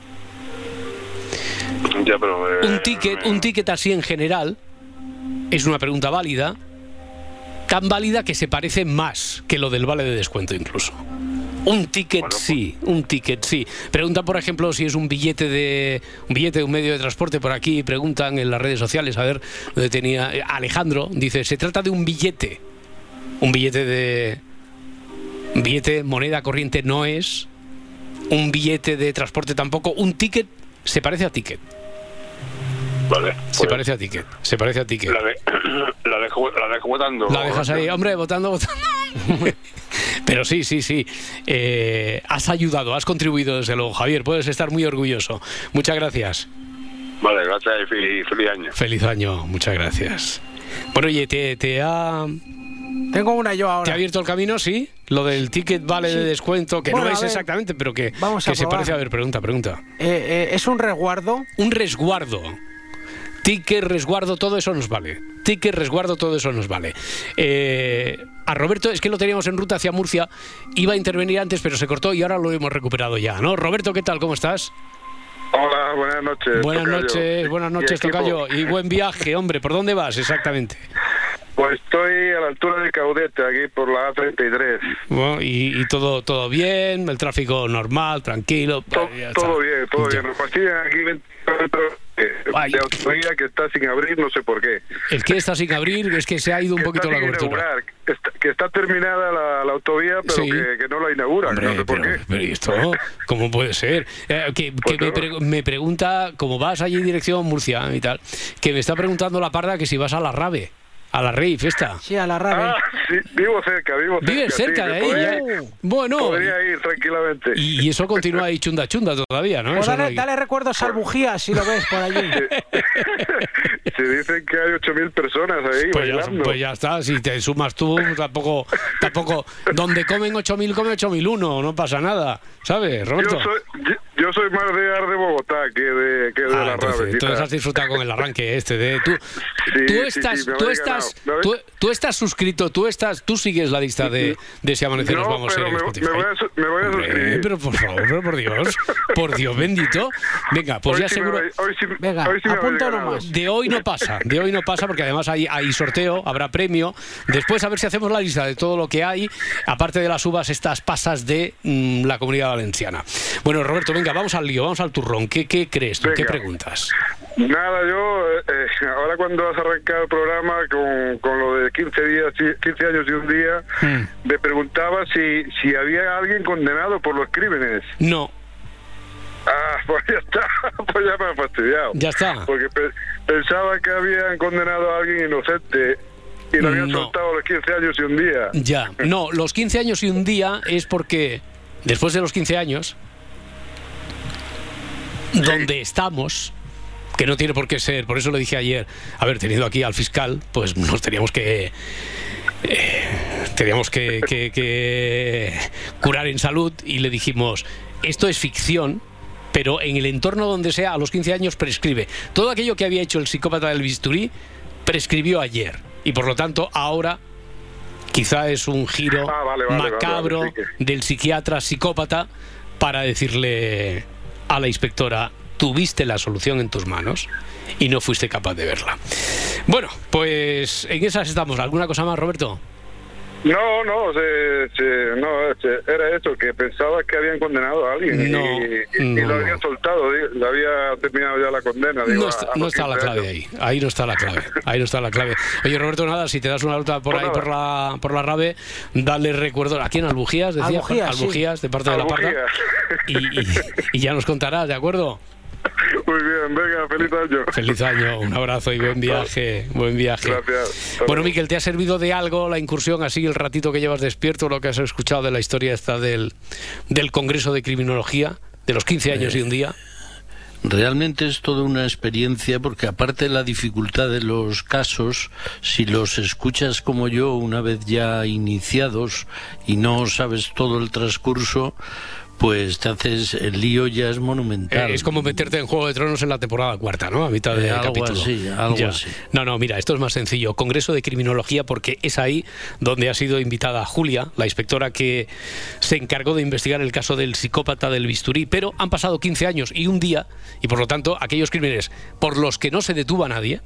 Ya, pero, eh, un ticket, un ticket así en general es una pregunta válida, tan válida que se parece más que lo del vale de descuento incluso. Un ticket bueno, pues... sí, un ticket sí. Pregunta, por ejemplo, si es un billete de un billete de un medio de transporte. Por aquí preguntan en las redes sociales, a ver, donde tenía Alejandro, dice, se trata de un billete. Un billete de un billete, moneda corriente no es. Un billete de transporte tampoco. Un ticket se parece a ticket. Vale. Se pues, parece a ticket. Se parece a ticket. La, de, la, dejo, la dejo votando. La dejas ahí, hombre, votando, votando. Pero sí, sí, sí. Eh, has ayudado, has contribuido desde luego, Javier. Puedes estar muy orgulloso. Muchas gracias. Vale, gracias y feliz, feliz año. Feliz año, muchas gracias. Bueno, oye, te, te ha... Tengo una yo ahora. ¿Te ha abierto el camino? Sí. Lo del ticket vale sí. de descuento, que bueno, no es ver, exactamente, pero que, que se parece. A ver, pregunta, pregunta. Eh, eh, ¿Es un resguardo? Un resguardo. Ticket, resguardo, todo eso nos vale. Ticket, resguardo, todo eso nos vale. Eh, a Roberto, es que lo teníamos en ruta hacia Murcia, iba a intervenir antes, pero se cortó y ahora lo hemos recuperado ya, ¿no? Roberto, ¿qué tal? ¿Cómo estás? Hola, buenas noches. Buenas tocayo. noches, buenas noches, y tocayo. Y buen viaje, hombre. ¿Por dónde vas exactamente? Pues estoy a la altura de Caudete, aquí por la A treinta y tres. Bueno, y, y todo todo bien, el tráfico normal, tranquilo. To, todo bien, todo ya. bien. Nos fastidian aquí veinticuatro de autovía que está sin abrir, no sé por qué. ¿El que está sin abrir? Es que se ha ido un que poquito la cobertura. Inaugurar, que, está, que está terminada la, la autovía, pero sí. que, que no la inaugura. Hombre, no sé por pero, qué. Pero ¿y esto cómo puede ser? Eh, que pues que me, pre me pregunta, como vas allí en dirección Murcia y tal, que me está preguntando la parda que si vas a la Rave. a la rave esta. Sí, a la rave. Ah, sí, vivo cerca, vivo cerca. ¿Vives cerca sí, de ahí? podría, Ya. Bueno. Podría ir tranquilamente. Y, y eso continúa ahí chunda chunda todavía, ¿no? Pues Eso dale, no hay... dale recuerdos al bujías si lo ves por allí. Se dicen que hay ocho mil personas ahí pues bailando. Ya, pues ya está, si te sumas tú, tampoco, tampoco, donde comen ocho mil, come ocho mil uno, no pasa nada, ¿sabes, Roberto? Yo soy, yo, yo soy más de Ar de Bogotá que de, que de ah, la entonces, rave. Entonces has disfrutado con el arranque este de tú. Sí, tú sí, estás, sí, tú estás, tú, tú estás suscrito, tú estás, tú sigues la lista de, de Si Amanece Nos no, Vamos pero en me, Spotify. Me voy a, me voy a Hombre, suscribir. pero por favor, pero por Dios, por Dios bendito. Venga, pues hoy ya sí seguro. Me, hoy sí, Venga, hoy sí apunta nomás. De hoy no pasa, de hoy no pasa porque además hay, hay sorteo, habrá premio. Después a ver si hacemos la lista de todo lo que hay, aparte de las uvas, estas pasas de mmm, la Comunidad Valenciana. Bueno, Roberto, venga, vamos al lío, vamos al turrón. ¿Qué, qué crees tú? Venga. ¿Qué preguntas? Nada, yo eh, ahora cuando has arrancado el programa con, con lo de quince días, quince años y un día, hmm. me preguntaba si, si había alguien condenado por los crímenes. No. Ah, pues ya está, pues ya me han fastidiado. Ya está. Porque pe pensaba que habían condenado a alguien inocente y lo habían no. soltado a los quince años y un día. Ya, no, los quince años y un día es porque después de los quince años, sí. donde estamos, que no tiene por qué ser, por eso lo dije ayer, a ver, teniendo aquí al fiscal, pues nos teníamos que... Eh, teníamos que, que, que curar en salud y le dijimos, esto es ficción, pero en el entorno donde sea, a los quince años prescribe. Todo aquello que había hecho el psicópata del bisturí prescribió ayer. Y por lo tanto, ahora quizá es un giro ah, vale, vale, macabro vale, vale, sí. del psiquiatra psicópata para decirle a la inspectora, tuviste la solución en tus manos y no fuiste capaz de verla. Bueno, pues en esas estamos. ¿Alguna cosa más, Roberto? No, no, se, se, no se, era eso, que pensaba que habían condenado a alguien no, y, y, no. y lo habían soltado, le había terminado ya la condena. Digo, no está, no está la clave ahí, ahí no está la clave, ahí no está la clave. Oye, Roberto, nada, si te das una vuelta por pues ahí nada. por la por la rave, dale recuerdo. ¿A quién? ¿Albujías? Decía, Albujías, Albujías sí. de parte Albujías. de la Parda. Y, y, y ya nos contarás, ¿de acuerdo? Muy bien, venga, feliz año. Feliz año, un abrazo y buen viaje, buen viaje. Gracias. Bueno, Miquel, ¿te ha servido de algo la incursión así, el ratito que llevas despierto, lo que has escuchado de la historia esta del, del Congreso de Criminología, de los quince años eh, y un día? Realmente es toda una experiencia, porque aparte de la dificultad de los casos, si los escuchas como yo, una vez ya iniciados y no sabes todo el transcurso, pues te haces, el lío ya es monumental. Eh, es como meterte en Juego de Tronos en la temporada cuarta, ¿no? A mitad de eh, algo capítulo. Así, algo ya. así. No, no, mira, esto es más sencillo. Congreso de Criminología, porque es ahí donde ha sido invitada Julia, la inspectora que se encargó de investigar el caso del psicópata del bisturí, pero han pasado quince años y un día, y por lo tanto, aquellos crímenes por los que no se detuvo a nadie,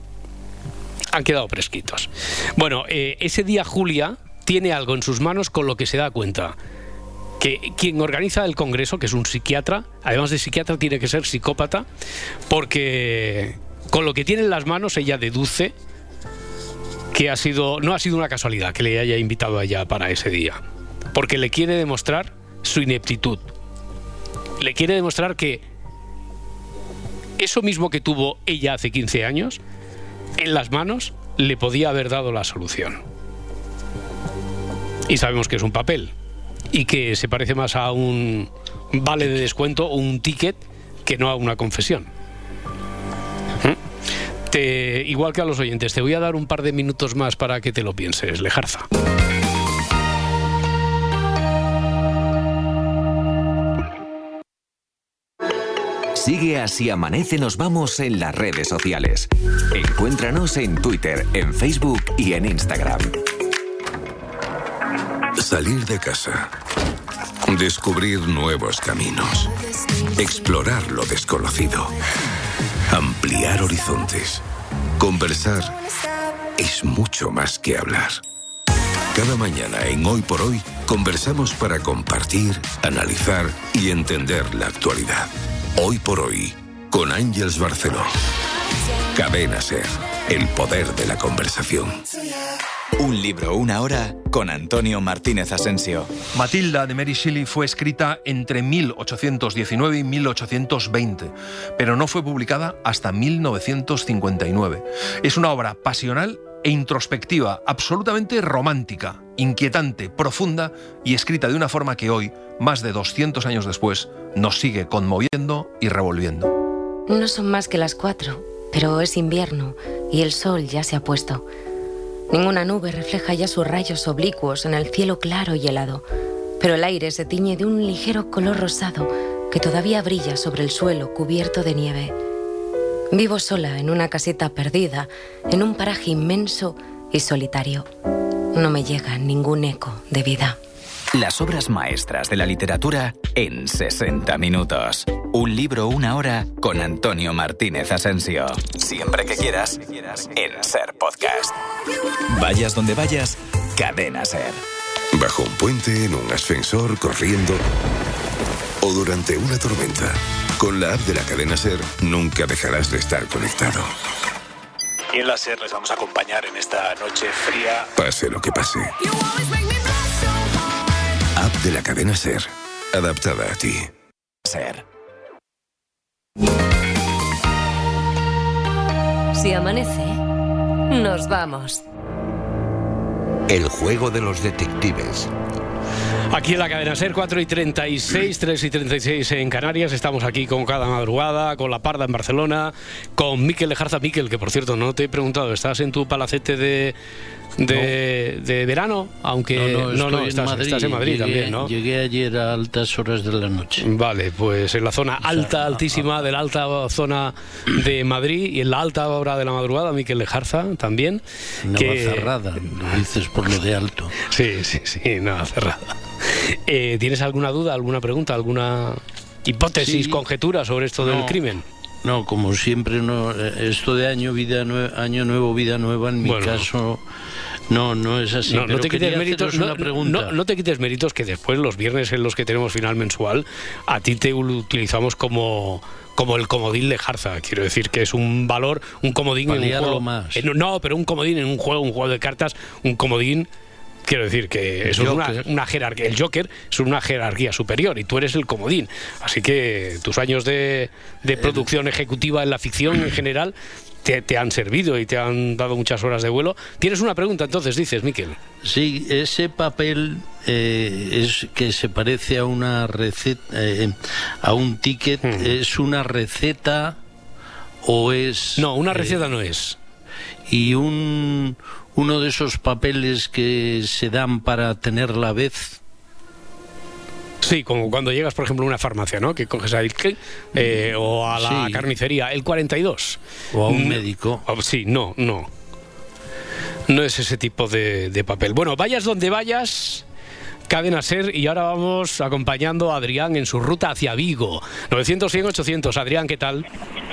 han quedado prescritos. Bueno, eh, ese día Julia tiene algo en sus manos con lo que se da cuenta que quien organiza el congreso, que es un psiquiatra, además de psiquiatra tiene que ser psicópata, porque con lo que tiene en las manos ella deduce que ha sido, no ha sido una casualidad que le haya invitado a ella para ese día, porque le quiere demostrar su ineptitud, le quiere demostrar que eso mismo que tuvo ella hace quince años en las manos le podía haber dado la solución. Y sabemos que es un papel y que se parece más a un vale de descuento o un ticket que no a una confesión. ¿Mm? Te, igual que a los oyentes, te voy a dar un par de minutos más para que te lo pienses, Lejarza. Sigue Así Amanece Nos Vamos en las redes sociales. Encuéntranos en Twitter, en Facebook y en Instagram. Salir de casa, descubrir nuevos caminos, explorar lo desconocido, ampliar horizontes. Conversar es mucho más que hablar. Cada mañana en Hoy por Hoy conversamos para compartir, analizar y entender la actualidad. Hoy por Hoy, con Ángeles Barceló. Cadena SER, el poder de la conversación. Un libro, una hora, con Antonio Martínez Asensio. Matilda de Mary Shelley fue escrita entre mil ochocientos diecinueve y mil ochocientos veinte, pero no fue publicada hasta mil novecientos cincuenta y nueve. Es una obra pasional e introspectiva, absolutamente romántica, inquietante, profunda y escrita de una forma que hoy, más de doscientos años después, nos sigue conmoviendo y revolviendo. No son más que las cuatro, pero es invierno y el sol ya se ha puesto. Ninguna nube refleja ya sus rayos oblicuos en el cielo claro y helado, pero el aire se tiñe de un ligero color rosado que todavía brilla sobre el suelo cubierto de nieve. Vivo sola en una caseta perdida, en un paraje inmenso y solitario. No me llega ningún eco de vida. Las obras maestras de la literatura en sesenta minutos. Un libro, una hora con Antonio Martínez Asensio. Siempre que quieras, en Ser Podcast. Vayas donde vayas, Cadena Ser. Bajo un puente, en un ascensor, corriendo o durante una tormenta. Con la app de la Cadena Ser nunca dejarás de estar conectado. Y en la Ser les vamos a acompañar en esta noche fría. Pase lo que pase. App de la Cadena Ser. Adaptada a ti. Ser. Si amanece, nos vamos. El juego de los detectives. Aquí en la Cadena Ser, cuatro y treinta y seis, tres y treinta y seis en Canarias. Estamos aquí con cada madrugada, con La Parda en Barcelona, con Miquel Lejarza. Miquel, que por cierto no te he preguntado, ¿estás en tu palacete de, de, no. de verano? Aunque no, no, no, no en estás, Madrid. estás en Madrid llegué, también, ¿no? Llegué ayer a altas horas de la noche. Vale, pues en la zona alta, altísima de la alta zona de Madrid y en la alta hora de la madrugada, Miquel Lejarza también. Navacerrada, que... lo dices por lo de alto. Sí, sí, sí, Navacerrada. Eh, ¿Tienes alguna duda, alguna pregunta, alguna hipótesis, sí, conjetura sobre esto no, del crimen? No, como siempre, no. Esto de año, vida nue- año nuevo, vida nueva, en mi bueno, caso, no, no es así. No, pero no te quites méritos. Una no, pregunta. No, no te quites méritos que después los viernes en los que tenemos final mensual, a ti te utilizamos como como el comodín Lejarza. Quiero decir que es un valor, un comodín en un juego. Más. En, no, pero un comodín en un juego, un juego de cartas, un comodín. Quiero decir que eso es una, una jerarquía. El Joker es una jerarquía superior y tú eres el comodín. Así que tus años de, de producción ejecutiva en la ficción en general te, te han servido y te han dado muchas horas de vuelo. ¿Tienes una pregunta entonces, dices, Miquel? Sí, ese papel eh, es que se parece a una receta, eh, a un ticket, hmm. ¿es una receta o es...? No, una receta eh, no es. Y un... uno de esos papeles que se dan para tener la vez. Sí, como cuando llegas, por ejemplo, a una farmacia, ¿no? Que coges ahí, eh, o a la sí. carnicería, el cuarenta y dos. O a un no, médico. Sí, no, no. No es ese tipo de, de papel. Bueno, vayas donde vayas, Cadena Ser, y ahora vamos acompañando a Adrián en su ruta hacia Vigo. novecientos, cien, ochocientos. Adrián, ¿qué tal?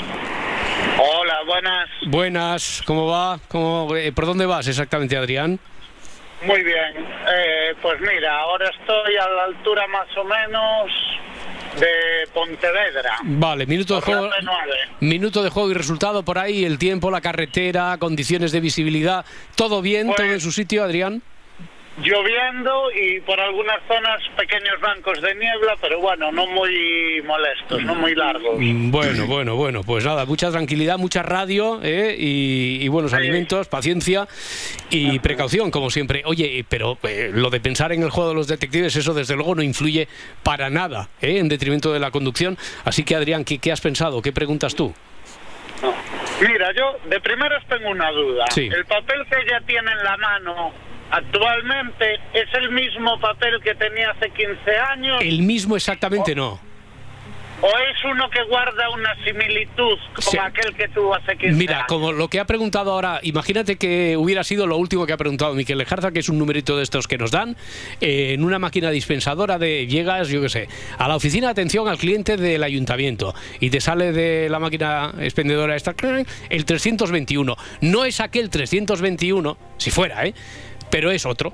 Hola, buenas. Buenas, ¿cómo va? ¿Cómo, eh, ¿Por dónde vas exactamente, Adrián? Muy bien, eh, pues mira, ahora estoy a la altura más o menos de Pontevedra. Vale, minuto de juego, minuto de juego y resultado por ahí, el tiempo, la carretera, condiciones de visibilidad, ¿todo bien? Pues, ¿todo en su sitio, Adrián? Lloviendo y por algunas zonas pequeños bancos de niebla, pero bueno, no muy molestos, no muy largos. Bueno, bueno, bueno, pues nada, mucha tranquilidad, mucha radio ¿eh? y, y buenos sí. alimentos, paciencia y precaución, como siempre. Oye, pero eh, lo de pensar en el juego de los detectives, eso desde luego no influye para nada ¿eh? en detrimento de la conducción. Así que, Adrián, ¿qué, qué has pensado? ¿Qué preguntas tú? No. Mira, yo de primeras tengo una duda. Sí. El papel que ella tiene en la mano actualmente es el mismo papel que tenía hace quince años. El mismo exactamente o, no. ¿O es uno que guarda una similitud con sí. aquel que tuvo hace quince Mira, años? como lo que ha preguntado ahora, imagínate que hubiera sido lo último que ha preguntado Miquel Lejarza, que es un numerito de estos que nos dan, eh, en una máquina dispensadora de, llegas, yo qué sé, a la oficina de atención al cliente del ayuntamiento y te sale de la máquina expendedora esta, el trescientos veintiuno. No es aquel trescientos veintiuno, si fuera, ¿eh? Pero es otro.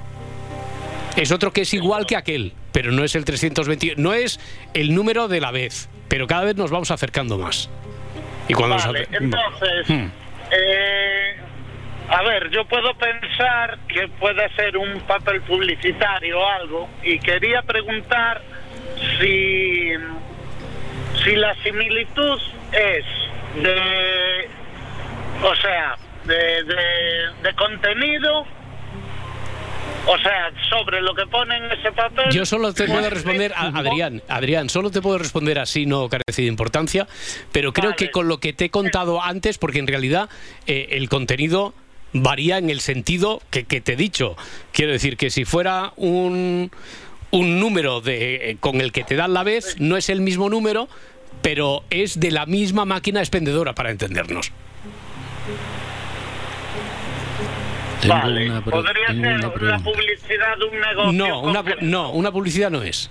Es otro que es igual que aquel, pero no es el trescientos veintiuno, no es el número de la vez, pero cada vez nos vamos acercando más. Y cuando vale, nos... entonces, hmm. eh, a ver, yo puedo pensar que puede ser un papel publicitario o algo, y quería preguntar si, si la similitud es de, o sea, de, de, de contenido, o sea, sobre lo que pone en ese papel. Yo solo te puedo responder, a, Adrián, Adrián, solo te puedo responder así, no carece de importancia, pero creo vale. que con lo que te he contado antes, porque en realidad eh, el contenido varía en el sentido que, que te he dicho. Quiero decir que si fuera un, un número de, con el que te dan la vez, no es el mismo número, pero es de la misma máquina expendedora, para entendernos. Tengo vale. una ¿Podría ser una, una publicidad de un negocio? No, una, no, una publicidad no es.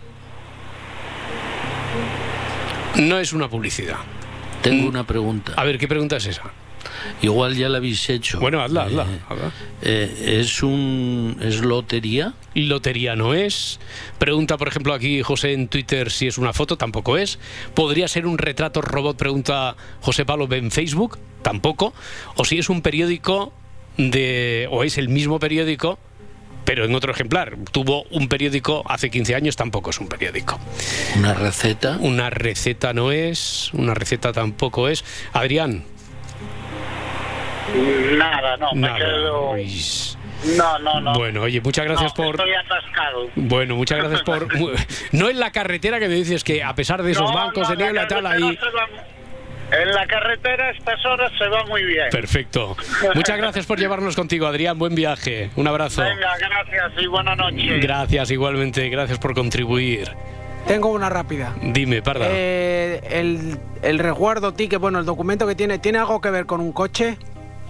No es una publicidad. Tengo una pregunta. A ver, ¿qué pregunta es esa? Igual ya la habéis hecho. Bueno, hazla, hazla. Eh, hazla. Eh, ¿Es un es lotería? Lotería no es. Pregunta, por ejemplo, aquí José en Twitter si es una foto, tampoco es. ¿Podría ser un retrato robot? Pregunta José Pablo en Facebook, tampoco. O si es un periódico de o es el mismo periódico, pero en otro ejemplar. Tuvo un periódico hace quince años, tampoco es un periódico. ¿Una receta? Una receta no es. Una receta tampoco es. Adrián. Nada, no, me Nada. quedo... No, no, no. Bueno, oye, muchas gracias no, por... Estoy atascado. Bueno, muchas gracias por... No en la carretera, que me dices que a pesar de esos no, bancos no, de niebla y tal, ahí... Va... En la carretera a estas horas se va muy bien. Perfecto. Muchas gracias por llevarnos contigo, Adrián. Buen viaje. Un abrazo. Venga, gracias y buena noche. Gracias, igualmente. Gracias por contribuir. Tengo una rápida. Dime, Parda. Eh, el, el resguardo ticket, bueno, el documento que tiene, ¿tiene algo que ver con un coche?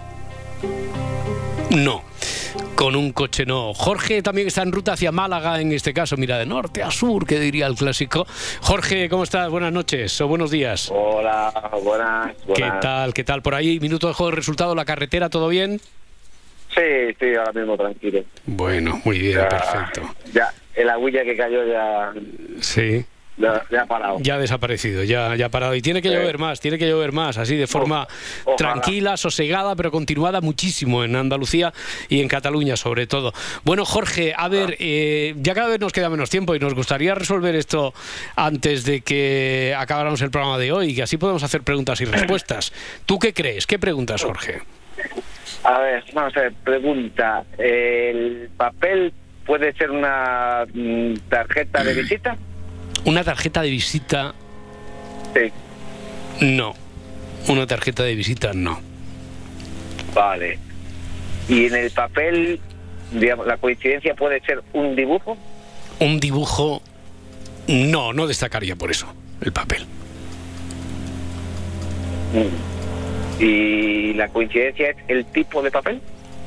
No, con un coche no. Jorge también está en ruta hacia Málaga, en este caso, mira, de norte a sur, que diría el clásico. Jorge, ¿cómo estás? Buenas noches o buenos días. Hola, buenas, buenas. ¿Qué tal? ¿Qué tal por ahí? Minuto de juego de resultado, la carretera, ¿todo bien? Sí, sí, ahora mismo tranquilo. Bueno, muy bien, ya, perfecto. Ya, el agüilla que cayó ya... Sí. Ya, ya ha parado. Ya ha desaparecido, ya, ya ha parado. Y tiene que sí. llover más, tiene que llover más, así de forma oh, tranquila, sosegada, pero continuada muchísimo en Andalucía y en Cataluña sobre todo. Bueno, Jorge, a ver, eh, ya cada vez nos queda menos tiempo y nos gustaría resolver esto antes de que acabáramos el programa de hoy, y que así podemos hacer preguntas y respuestas. ¿Tú qué crees? ¿Qué preguntas, Jorge? A ver, vamos a ver, pregunta. ¿El papel puede ser una tarjeta de visita? ¿Una tarjeta de visita? Sí. No. Una tarjeta de visita, no. Vale. ¿Y en el papel, digamos, la coincidencia puede ser un dibujo? Un dibujo... No, no destacaría por eso el papel. ¿Y la coincidencia es el tipo de papel?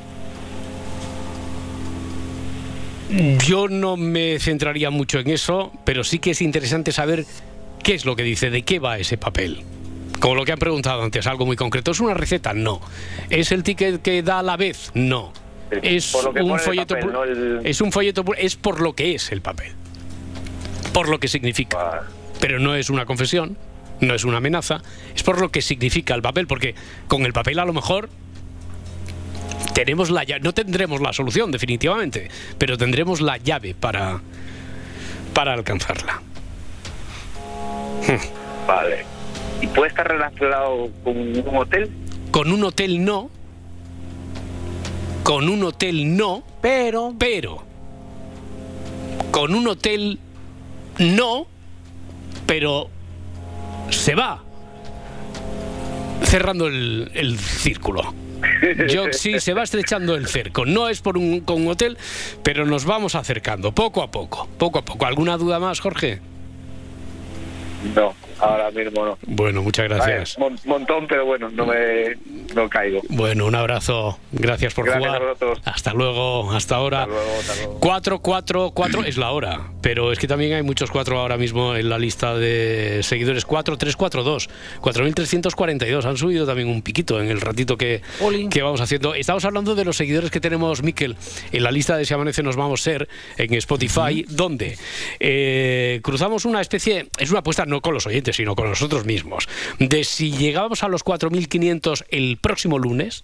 Yo no me centraría mucho en eso, pero sí que es interesante saber qué es lo que dice, de qué va ese papel. Como lo que han preguntado antes, algo muy concreto. ¿Es una receta? No. ¿Es el ticket que da a la vez? No. Es un folleto, papel, no el... es un folleto, es por lo que es el papel, por lo que significa. Ah. Pero no es una confesión, no es una amenaza, es por lo que significa el papel, porque con el papel a lo mejor tenemos la llave, no tendremos la solución definitivamente, pero tendremos la llave para, para alcanzarla. Vale. ¿Y puede estar relacionado con un hotel? Con un hotel no. Con un hotel no. Pero. Pero. Con un hotel no. Pero se va cerrando el, el círculo. Yo, sí, se va estrechando el cerco. No es por un, con un hotel, pero nos vamos acercando poco a poco, poco a poco. ¿Alguna duda más, Jorge? No, ahora mismo no. Bueno, muchas gracias. Un montón, pero bueno, no me no caigo. Bueno, un abrazo. Gracias por gracias jugar. A vosotros. Hasta luego, hasta ahora. Hasta luego, hasta luego. cuatro cuatro cuatro es la hora, pero es que también hay muchos cuatro ahora mismo en la lista de seguidores. cuatro tres cuatro dos, cuatro mil trescientos cuarenta y dos. Han subido también un piquito en el ratito que, que vamos haciendo. Estamos hablando de los seguidores que tenemos, Miquel, en la lista de Si Amanece Nos Vamos Ser en Spotify, uh-huh. donde eh, cruzamos una especie, es una apuesta no con los oyentes, sino con nosotros mismos, de si llegábamos a los cuatro mil quinientos el próximo lunes,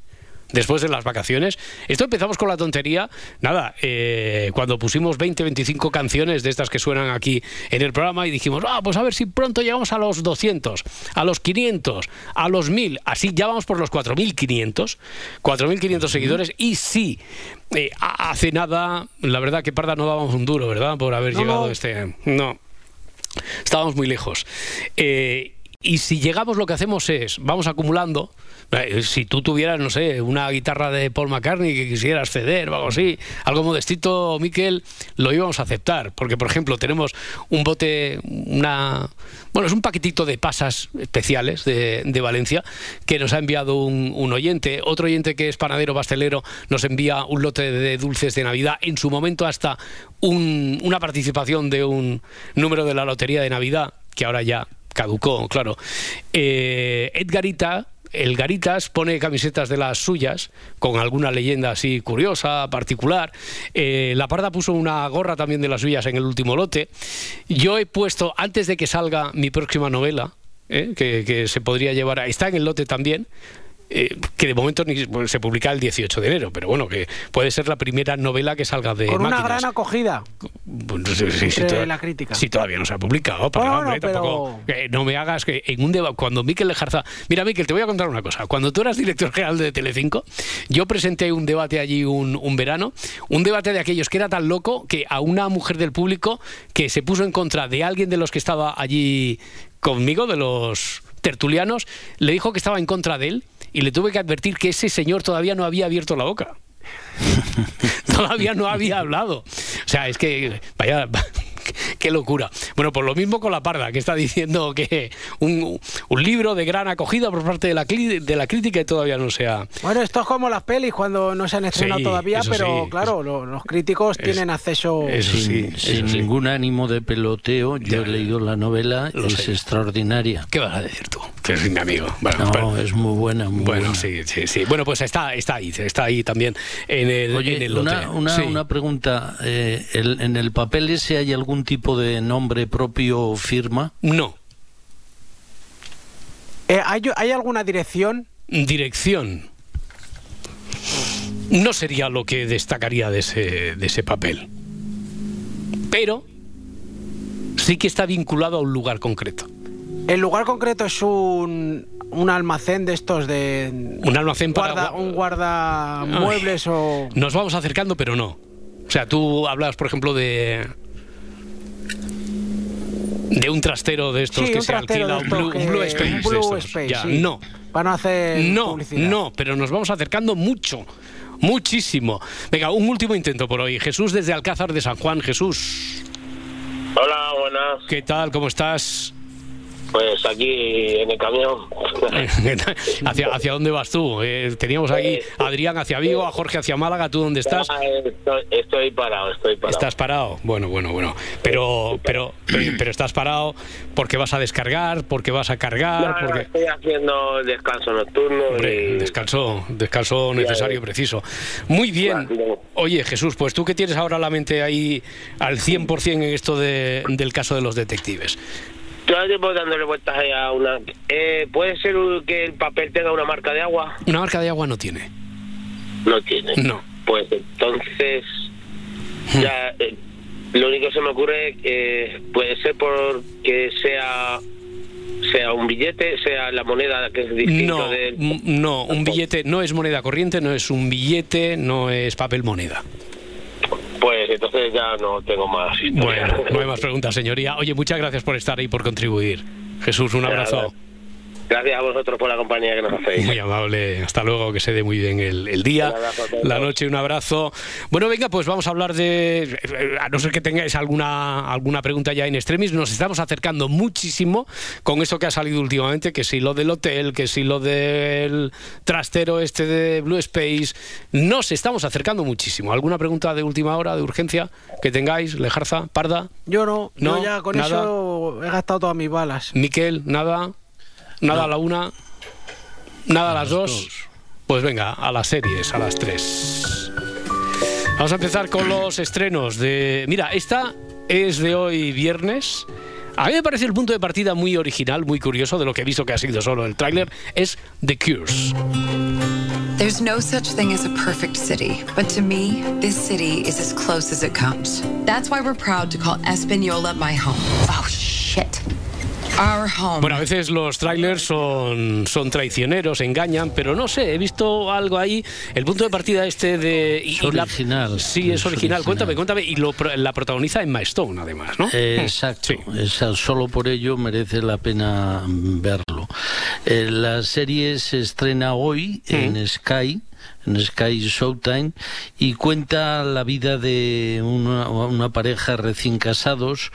después de las vacaciones. Esto empezamos con la tontería, nada, eh, cuando pusimos veinte, veinticinco canciones de estas que suenan aquí en el programa y dijimos, ah, pues a ver si pronto llegamos a los doscientos, a los quinientos, a los mil, así ya vamos por los cuatro mil quinientos, cuatro mil quinientos seguidores, y sí, eh, hace nada, la verdad que Parda no dábamos un duro, ¿verdad?, por haber no, llegado no. a este... No, estábamos muy lejos. Eh, y si llegamos, lo que hacemos es, vamos acumulando. Si tú tuvieras, no sé, una guitarra de Paul McCartney que quisieras ceder o algo así, algo modestito, Miquel, lo íbamos a aceptar. Porque, por ejemplo, tenemos un bote, una... Bueno, es un paquetito de pasas especiales de, de Valencia que nos ha enviado un, un oyente. Otro oyente que es panadero pastelero nos envía un lote de dulces de Navidad. En su momento hasta un, una participación de un número de la Lotería de Navidad, que ahora ya caducó, claro. Eh, Edgarita... El Garitas pone camisetas de las suyas con alguna leyenda así curiosa, particular. Eh, la Parda puso una gorra también de las suyas en el último lote. Yo he puesto, antes de que salga mi próxima novela, eh, que, que se podría llevar, a, está en el lote también, eh, que de momento ni, bueno, se publica el dieciocho de enero, pero bueno, que puede ser la primera novela que salga de Con Máquinas. Una gran acogida Bueno, sí, sí, sí, entre toda, la crítica. Si todavía no se ha publicado, para Bueno, hombre, pero... tampoco, eh, no me hagas que en un debate, cuando Miquel Lejarza... Mira, Miquel, te voy a contar una cosa. Cuando tú eras director general de Telecinco, yo presenté un debate allí un, un verano, un debate de aquellos que era tan loco que a una mujer del público que se puso en contra de alguien de los que estaba allí conmigo, de los tertulianos, le dijo que estaba en contra de él y le tuve que advertir que ese señor todavía no había abierto la boca. Todavía no había hablado. O sea, es que... Vaya... Qué locura. Bueno, pues lo mismo con la Parda, que está diciendo que un, un libro de gran acogida por parte de la, de la crítica y todavía no se ha... Bueno, esto es como las pelis cuando no se han estrenado sí, todavía, pero sí, claro, lo, los críticos es, tienen acceso... Eso sin, sí, sin sí. ningún ánimo de peloteo, yo ya, he leído la novela, es sé. extraordinaria. ¿Qué vas a decir tú? Que eres mi amigo. Bueno, no, pero, es muy buena, muy bueno, buena. sí, sí, sí. Bueno, pues está, está ahí, está ahí también en el, Oye, en el lote. Una, una, sí. una pregunta, eh, el, ¿en el papel ese hay algún tipo de nombre propio o firma? No. Eh, ¿hay, ¿Hay alguna dirección? Dirección. No sería lo que destacaría de ese, de ese papel. Pero sí que está vinculado a un lugar concreto. ¿El lugar concreto es un, un almacén de estos de... Un almacén guarda, para... ¿Un guardamuebles Ay, o...? Nos vamos acercando, pero no. O sea, tú hablas, por ejemplo, de... De un trastero de estos sí, que se alquila, un Blue, un Blue Space. Un Blue Space, ya, sí. No. Van a hacer no, publicidad. No, pero nos vamos acercando mucho. Muchísimo. Venga, un último intento por hoy. Jesús desde Alcázar de San Juan. Jesús. Hola, buenas. ¿Qué tal? ¿Cómo estás? Pues aquí en el camión. ¿Hacia, ¿Hacia dónde vas tú? Eh, teníamos aquí a Adrián hacia Vigo, a Jorge hacia Málaga. ¿Tú dónde estás? Estoy, estoy parado, estoy parado. ¿Estás parado? Bueno, bueno, bueno. Pero, pero, pero, pero estás parado porque vas a descargar, porque vas a cargar. No, porque... estoy haciendo descanso nocturno. Hombre, y... descanso, descanso necesario, preciso. Muy bien. Oye, Jesús, pues tú que tienes ahora la mente ahí al cien por cien en esto de, del caso de los detectives. Todo el tiempo dándole vueltas ahí a una... Eh, ¿Puede ser que el papel tenga una marca de agua? Una marca de agua no tiene. No tiene. No. Pues entonces... Hmm. Ya... Eh, lo único que se me ocurre es que puede ser porque sea... sea un billete, sea la moneda que es distinto no, del... No, un billete no es moneda corriente, no es un billete, no es papel moneda. Pues entonces ya no tengo más historia. Bueno, no hay más preguntas, señoría. Oye, muchas gracias por estar ahí y por contribuir. Jesús, un abrazo. Gracias a vosotros por la compañía que nos hacéis. Muy amable. Hasta luego, que se dé muy bien el, el día, la noche. Un abrazo. Bueno, venga, pues vamos a hablar de... A no ser que tengáis alguna, alguna pregunta ya en extremis, nos estamos acercando muchísimo con esto que ha salido últimamente, que si lo del hotel, que si lo del trastero este de Blue Space. Nos estamos acercando muchísimo. ¿Alguna pregunta de última hora, de urgencia, que tengáis? Lejarza, Parda. Yo no. No, yo ya con nada. Eso he gastado todas mis balas. Miquel, nada. Nada no. a la una, nada a las dos. dos. Pues venga, a las series, a las tres. Vamos a empezar con los estrenos de... Mira, esta es de hoy viernes. A mí me parece el punto de partida muy original, muy curioso, de lo que he visto que ha sido solo el tráiler, es The Cures. There's no such thing as a perfect city, but to me, this city is as close as it comes. That's why we're proud to call Espanola my home. Oh, shit. Our home. Bueno, a veces los trailers son, son traicioneros, engañan, pero no sé, he visto algo ahí. El punto de partida este de... Y, es original. La, sí, es, es original. original. Cuéntame, cuéntame. Y lo, la protagoniza Emma Stone, además, ¿no? Eh, exacto. Sí. Esa, solo por ello merece la pena verlo. Eh, la serie se estrena hoy mm. en Sky. en Sky Showtime, y cuenta la vida de una, una pareja recién casados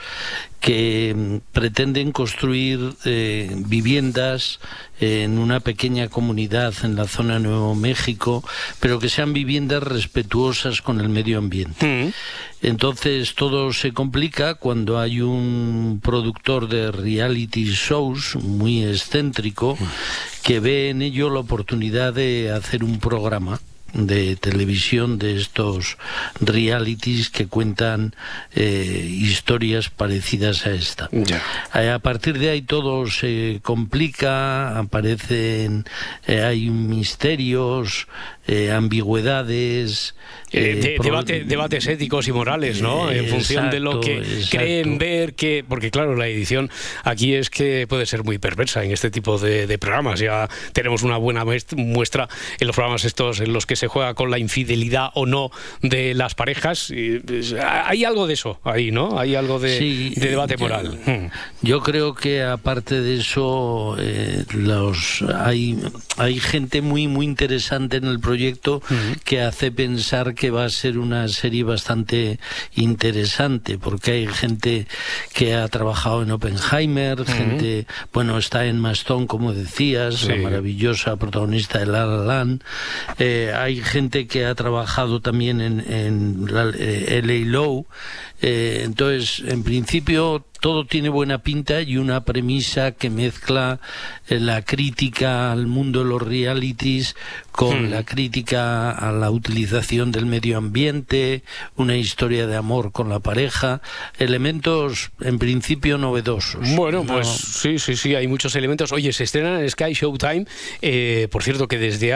que pretenden construir eh, viviendas en una pequeña comunidad en la zona de Nuevo México, pero que sean viviendas respetuosas con el medio ambiente. Mm. Entonces todo se complica cuando hay un productor de reality shows muy excéntrico que ve en ello la oportunidad de hacer un programa de televisión de estos realities que cuentan eh, historias parecidas a esta. Ya. Eh, a partir de ahí todo se complica, aparecen, eh, hay misterios, eh, ambigüedades, eh, de, pro... debate, debates éticos y morales, ¿no? Eh, en función exacto, de lo que exacto. creen ver que, porque claro, la edición aquí es que puede ser muy perversa en este tipo de, de programas. Ya tenemos una buena muestra en los programas estos en los que se juega con la infidelidad o no de las parejas. Y, pues, hay algo de eso ahí, ¿no? Hay algo de, sí, de debate yo, moral. Yo creo que aparte de eso, eh, los hay hay gente muy muy interesante en el proyecto uh-huh. que hace pensar que va a ser una serie bastante interesante, porque hay gente que ha trabajado en Oppenheimer, uh-huh. gente, bueno, está en Emma Stone, como decías, sí. la maravillosa protagonista de La La Land. Eh, hay gente que ha trabajado también en, en la, eh, L A Law. Eh, entonces, en principio, todo tiene buena pinta y una premisa que mezcla eh, la crítica al mundo de los realities con hmm. la crítica a la utilización del medio ambiente, una historia de amor con la pareja, elementos en principio novedosos. Bueno, ¿no? Pues sí, sí, sí, hay muchos elementos. Oye, se estrena en Sky Showtime, eh, por cierto que desde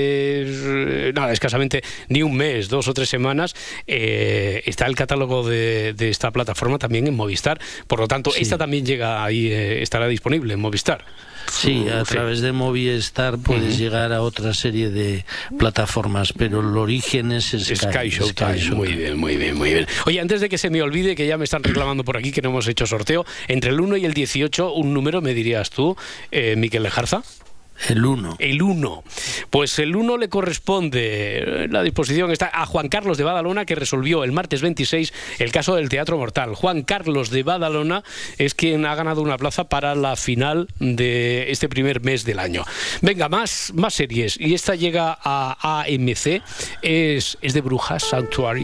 hace nada, escasamente ni un mes, dos o tres semanas, eh, está el catálogo de, de esta plataforma también en Movistar. Por lo tanto, sí. esta también llega ahí, eh, estará disponible en Movistar. Sí, a sí. través de Movistar puedes uh-huh. llegar a otra serie de plataformas, pero el origen es Sky, Sky Showtime. Sky Showtime. Muy bien, muy bien, muy bien. Oye, antes de que se me olvide, que ya me están reclamando por aquí que no hemos hecho sorteo, entre el uno y el dieciocho, un número me dirías tú, eh, Miquel Lejarza. El uno. El uno. Pues el uno le corresponde, la disposición está a Juan Carlos de Badalona, que resolvió el martes veintiséis el caso del Teatro Mortal. Juan Carlos de Badalona es quien ha ganado una plaza para la final de este primer mes del año. Venga, más, más series. Y esta llega a A M C. Es, es de brujas, Sanctuary.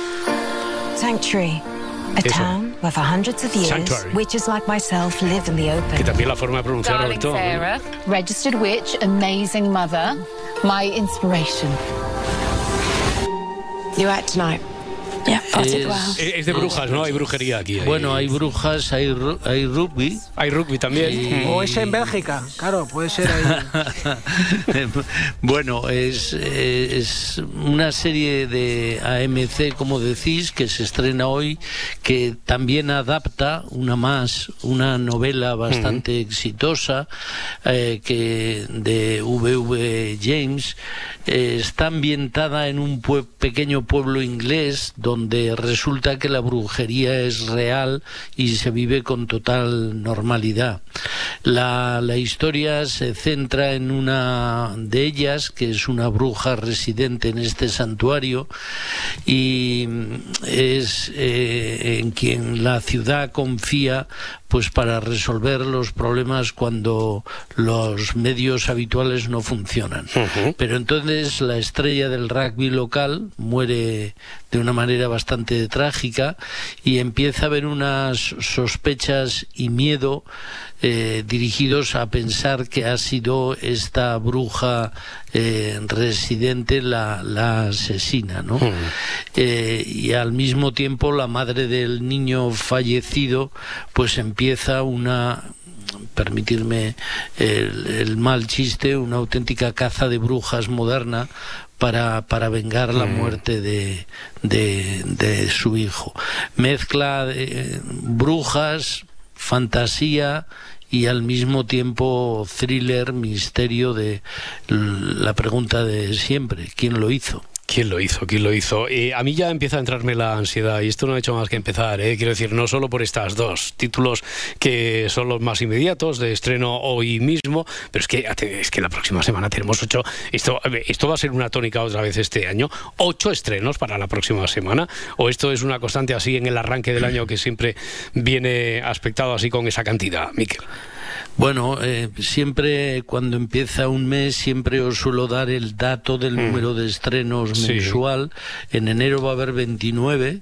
Sanctuary. A Eso. town where for hundreds of years, Sanctuary. witches like myself live in the open. Que también la forma de pronunciarlo Darling todo. Sarah, registered witch, amazing mother, my inspiration. You act tonight. Yeah, es, well. es de brujas, ¿no? Hay brujería aquí. Hay... Bueno, hay brujas, hay, hay rugby. Hay rugby también. Sí. O es en Bélgica, claro, puede ser ahí. Bueno, es, es una serie de A M C, como decís, que se estrena hoy, que también adapta una más, una novela bastante uh-huh. exitosa, eh, que de V V James. Eh, está ambientada en un pue- pequeño pueblo inglés donde resulta que la brujería es real y se vive con total normalidad. La, la historia se centra en una de ellas, que es una bruja residente en este santuario, y es eh, en quien la ciudad confía pues para resolver los problemas cuando los medios habituales no funcionan. Uh-huh. Pero entonces la estrella del rugby local muere de una manera manera bastante trágica, y empieza a haber unas sospechas y miedo eh, dirigidos a pensar que ha sido esta bruja eh, residente la, la asesina, ¿no? Mm. Eh, y al mismo tiempo la madre del niño fallecido pues empieza una, permitirme el, el mal chiste, una auténtica caza de brujas moderna para, para vengar la muerte de, de, de su hijo. Mezcla de brujas, fantasía y al mismo tiempo thriller, misterio de la pregunta de siempre: ¿quién lo hizo? ¿Quién lo hizo? ¿Quién lo hizo? Eh, a mí ya empieza a entrarme la ansiedad, y esto no ha hecho más que empezar, ¿eh? Quiero decir, no solo por estas dos títulos que son los más inmediatos de estreno hoy mismo, pero es que, es que la próxima semana tenemos ocho. Esto, esto va a ser una tónica otra vez este año. Ocho estrenos para la próxima semana. ¿O esto es una constante así en el arranque del año que siempre viene aspectado así con esa cantidad, Miquel? Bueno, eh, siempre cuando empieza un mes siempre os suelo dar el dato del mm. número de estrenos sí. mensual. En enero va a haber veintinueve.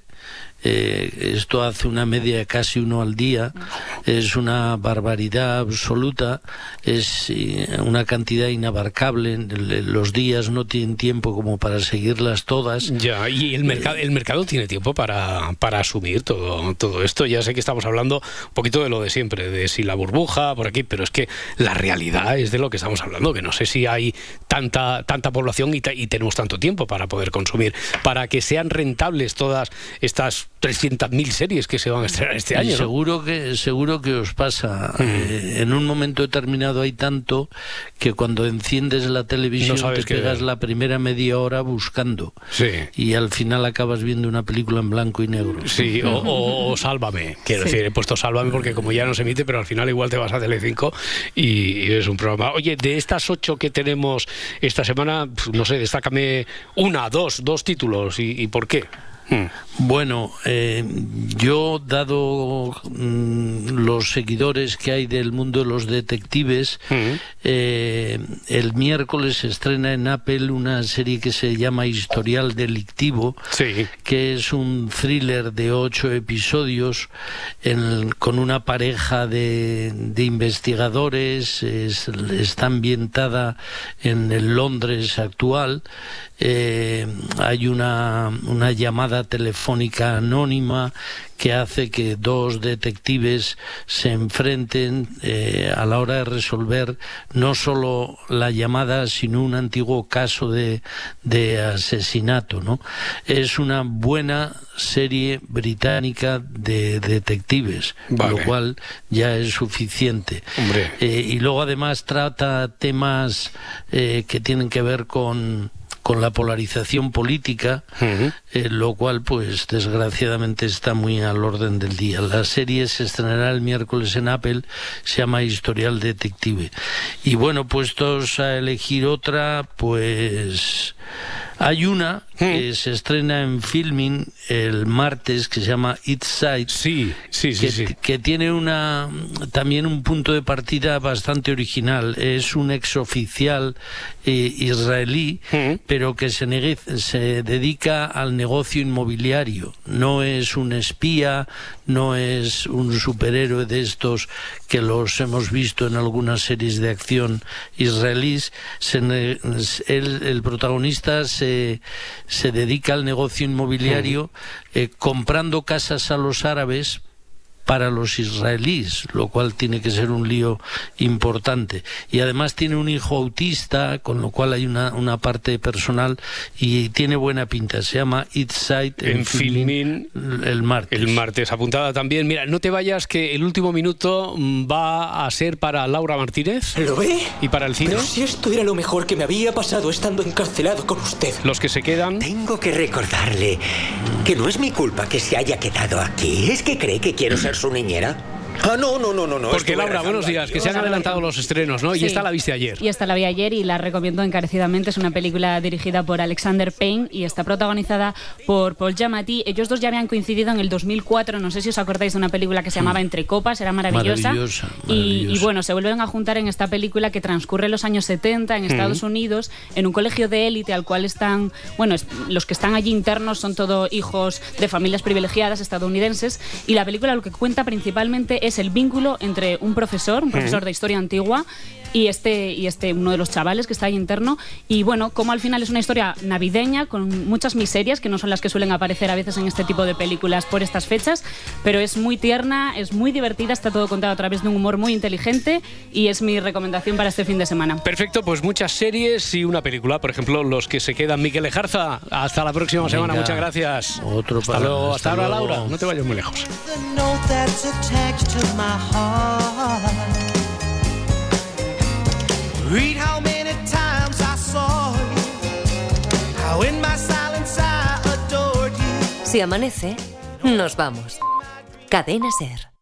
Eh, esto hace una media de casi uno al día. Es una barbaridad absoluta, es eh, una cantidad inabarcable. Los días no tienen tiempo como para seguirlas todas. Ya, y el mercado, el mercado tiene tiempo para, para asumir todo, todo esto. Ya sé que estamos hablando un poquito de lo de siempre, de si la burbuja por aquí, pero es que la realidad es de lo que estamos hablando, que no sé si hay tanta, tanta población y, y tenemos tanto tiempo para poder consumir, para que sean rentables todas estas trescientas mil series que se van a estrenar este año, y ¿no? seguro que seguro que os pasa. Mm. Eh, en un momento determinado hay tanto que cuando enciendes la televisión no te pegas la primera media hora buscando. Sí. Y al final acabas viendo una película en blanco y negro. Sí, o, o, o Sálvame. Quiero sí. decir, he puesto Sálvame porque como ya no se emite, pero al final igual te vas a Telecinco y, y es un programa. Oye, de estas ocho que tenemos esta semana, no sé, destácame una, dos, dos títulos y, y ¿por qué? Hmm. Bueno, eh, yo, dado mm, los seguidores que hay del mundo de los detectives, hmm. eh, el miércoles se estrena en Apple una serie que se llama Historial Delictivo, sí. que es un thriller de ocho episodios en, con una pareja de, de investigadores. Es, está ambientada en el Londres actual. Eh, hay una, una llamada telefónica anónima que hace que dos detectives se enfrenten eh, a la hora de resolver no solo la llamada, sino un antiguo caso de, de asesinato, ¿no? Es una buena serie británica de detectives, vale. Lo cual ya es suficiente. Hombre. Eh, y luego además trata temas eh, que tienen que ver con con la polarización política, uh-huh. eh, lo cual pues desgraciadamente está muy al orden del día. La serie se estrenará el miércoles en Apple, se llama Historial Detective. Y bueno, puestos a elegir otra, pues hay una que se estrena en Filmin el martes, que se llama It's Side, sí, sí, sí, que, sí. que tiene una también un punto de partida bastante original. Es un exoficial eh, israelí, uh-huh. pero que se, negue, se dedica al negocio inmobiliario. No es un espía, no es un superhéroe de estos que los hemos visto en algunas series de acción israelíes. Se, él, el protagonista se se dedica al negocio inmobiliario eh, comprando casas a los árabes para los israelíes, lo cual tiene que ser un lío importante. Y además tiene un hijo autista, con lo cual hay una, una parte personal, y tiene buena pinta. Se llama It's Side en, en Filmin el martes. El martes, apuntada también. Mira, no te vayas, que el último minuto va a ser para Laura Martínez. ¿Lo ve? ¿Y para el cine? Pero si esto era lo mejor que me había pasado estando encarcelado con usted. Los que se quedan... Tengo que recordarle que no es mi culpa que se haya quedado aquí. ¿Es que cree que quiero ser su niñera? Ah, no, no, no, no. no Porque Laura, buenos días, que se han adelantado los estrenos, ¿no? Sí. Y esta la viste ayer. Y esta la vi ayer y la recomiendo encarecidamente. Es una película dirigida por Alexander Payne y está protagonizada por Paul Giamatti. Ellos dos ya habían coincidido en el dos mil cuatro, no sé si os acordáis de una película que se llamaba Entre Copas, era maravillosa. Maravillosa, Y, maravillosa. y bueno, se vuelven a juntar en esta película que transcurre en los años setenta en Estados Mm. Unidos, en un colegio de élite al cual están, bueno, es- los que están allí internos son todos hijos de familias privilegiadas estadounidenses, y la película lo que cuenta principalmente es el vínculo entre un profesor, un profesor Mm. de historia antigua, y este, y este uno de los chavales que está ahí interno, y bueno, como al final es una historia navideña con muchas miserias que no son las que suelen aparecer a veces en este tipo de películas por estas fechas, pero es muy tierna, es muy divertida, está todo contado a través de un humor muy inteligente y es mi recomendación para este fin de semana. Perfecto, pues muchas series y una película, por ejemplo, Los que se quedan. Miquel Ejarza, hasta la próxima Venga, semana, muchas gracias. Otro Hasta para- luego, hasta hasta ahora, luego. Laura, no te vayas muy lejos. The note that's attached to my heart. Read how many times I saw you, how in my silence I adored you. Si amanece, nos vamos. Cadena Ser.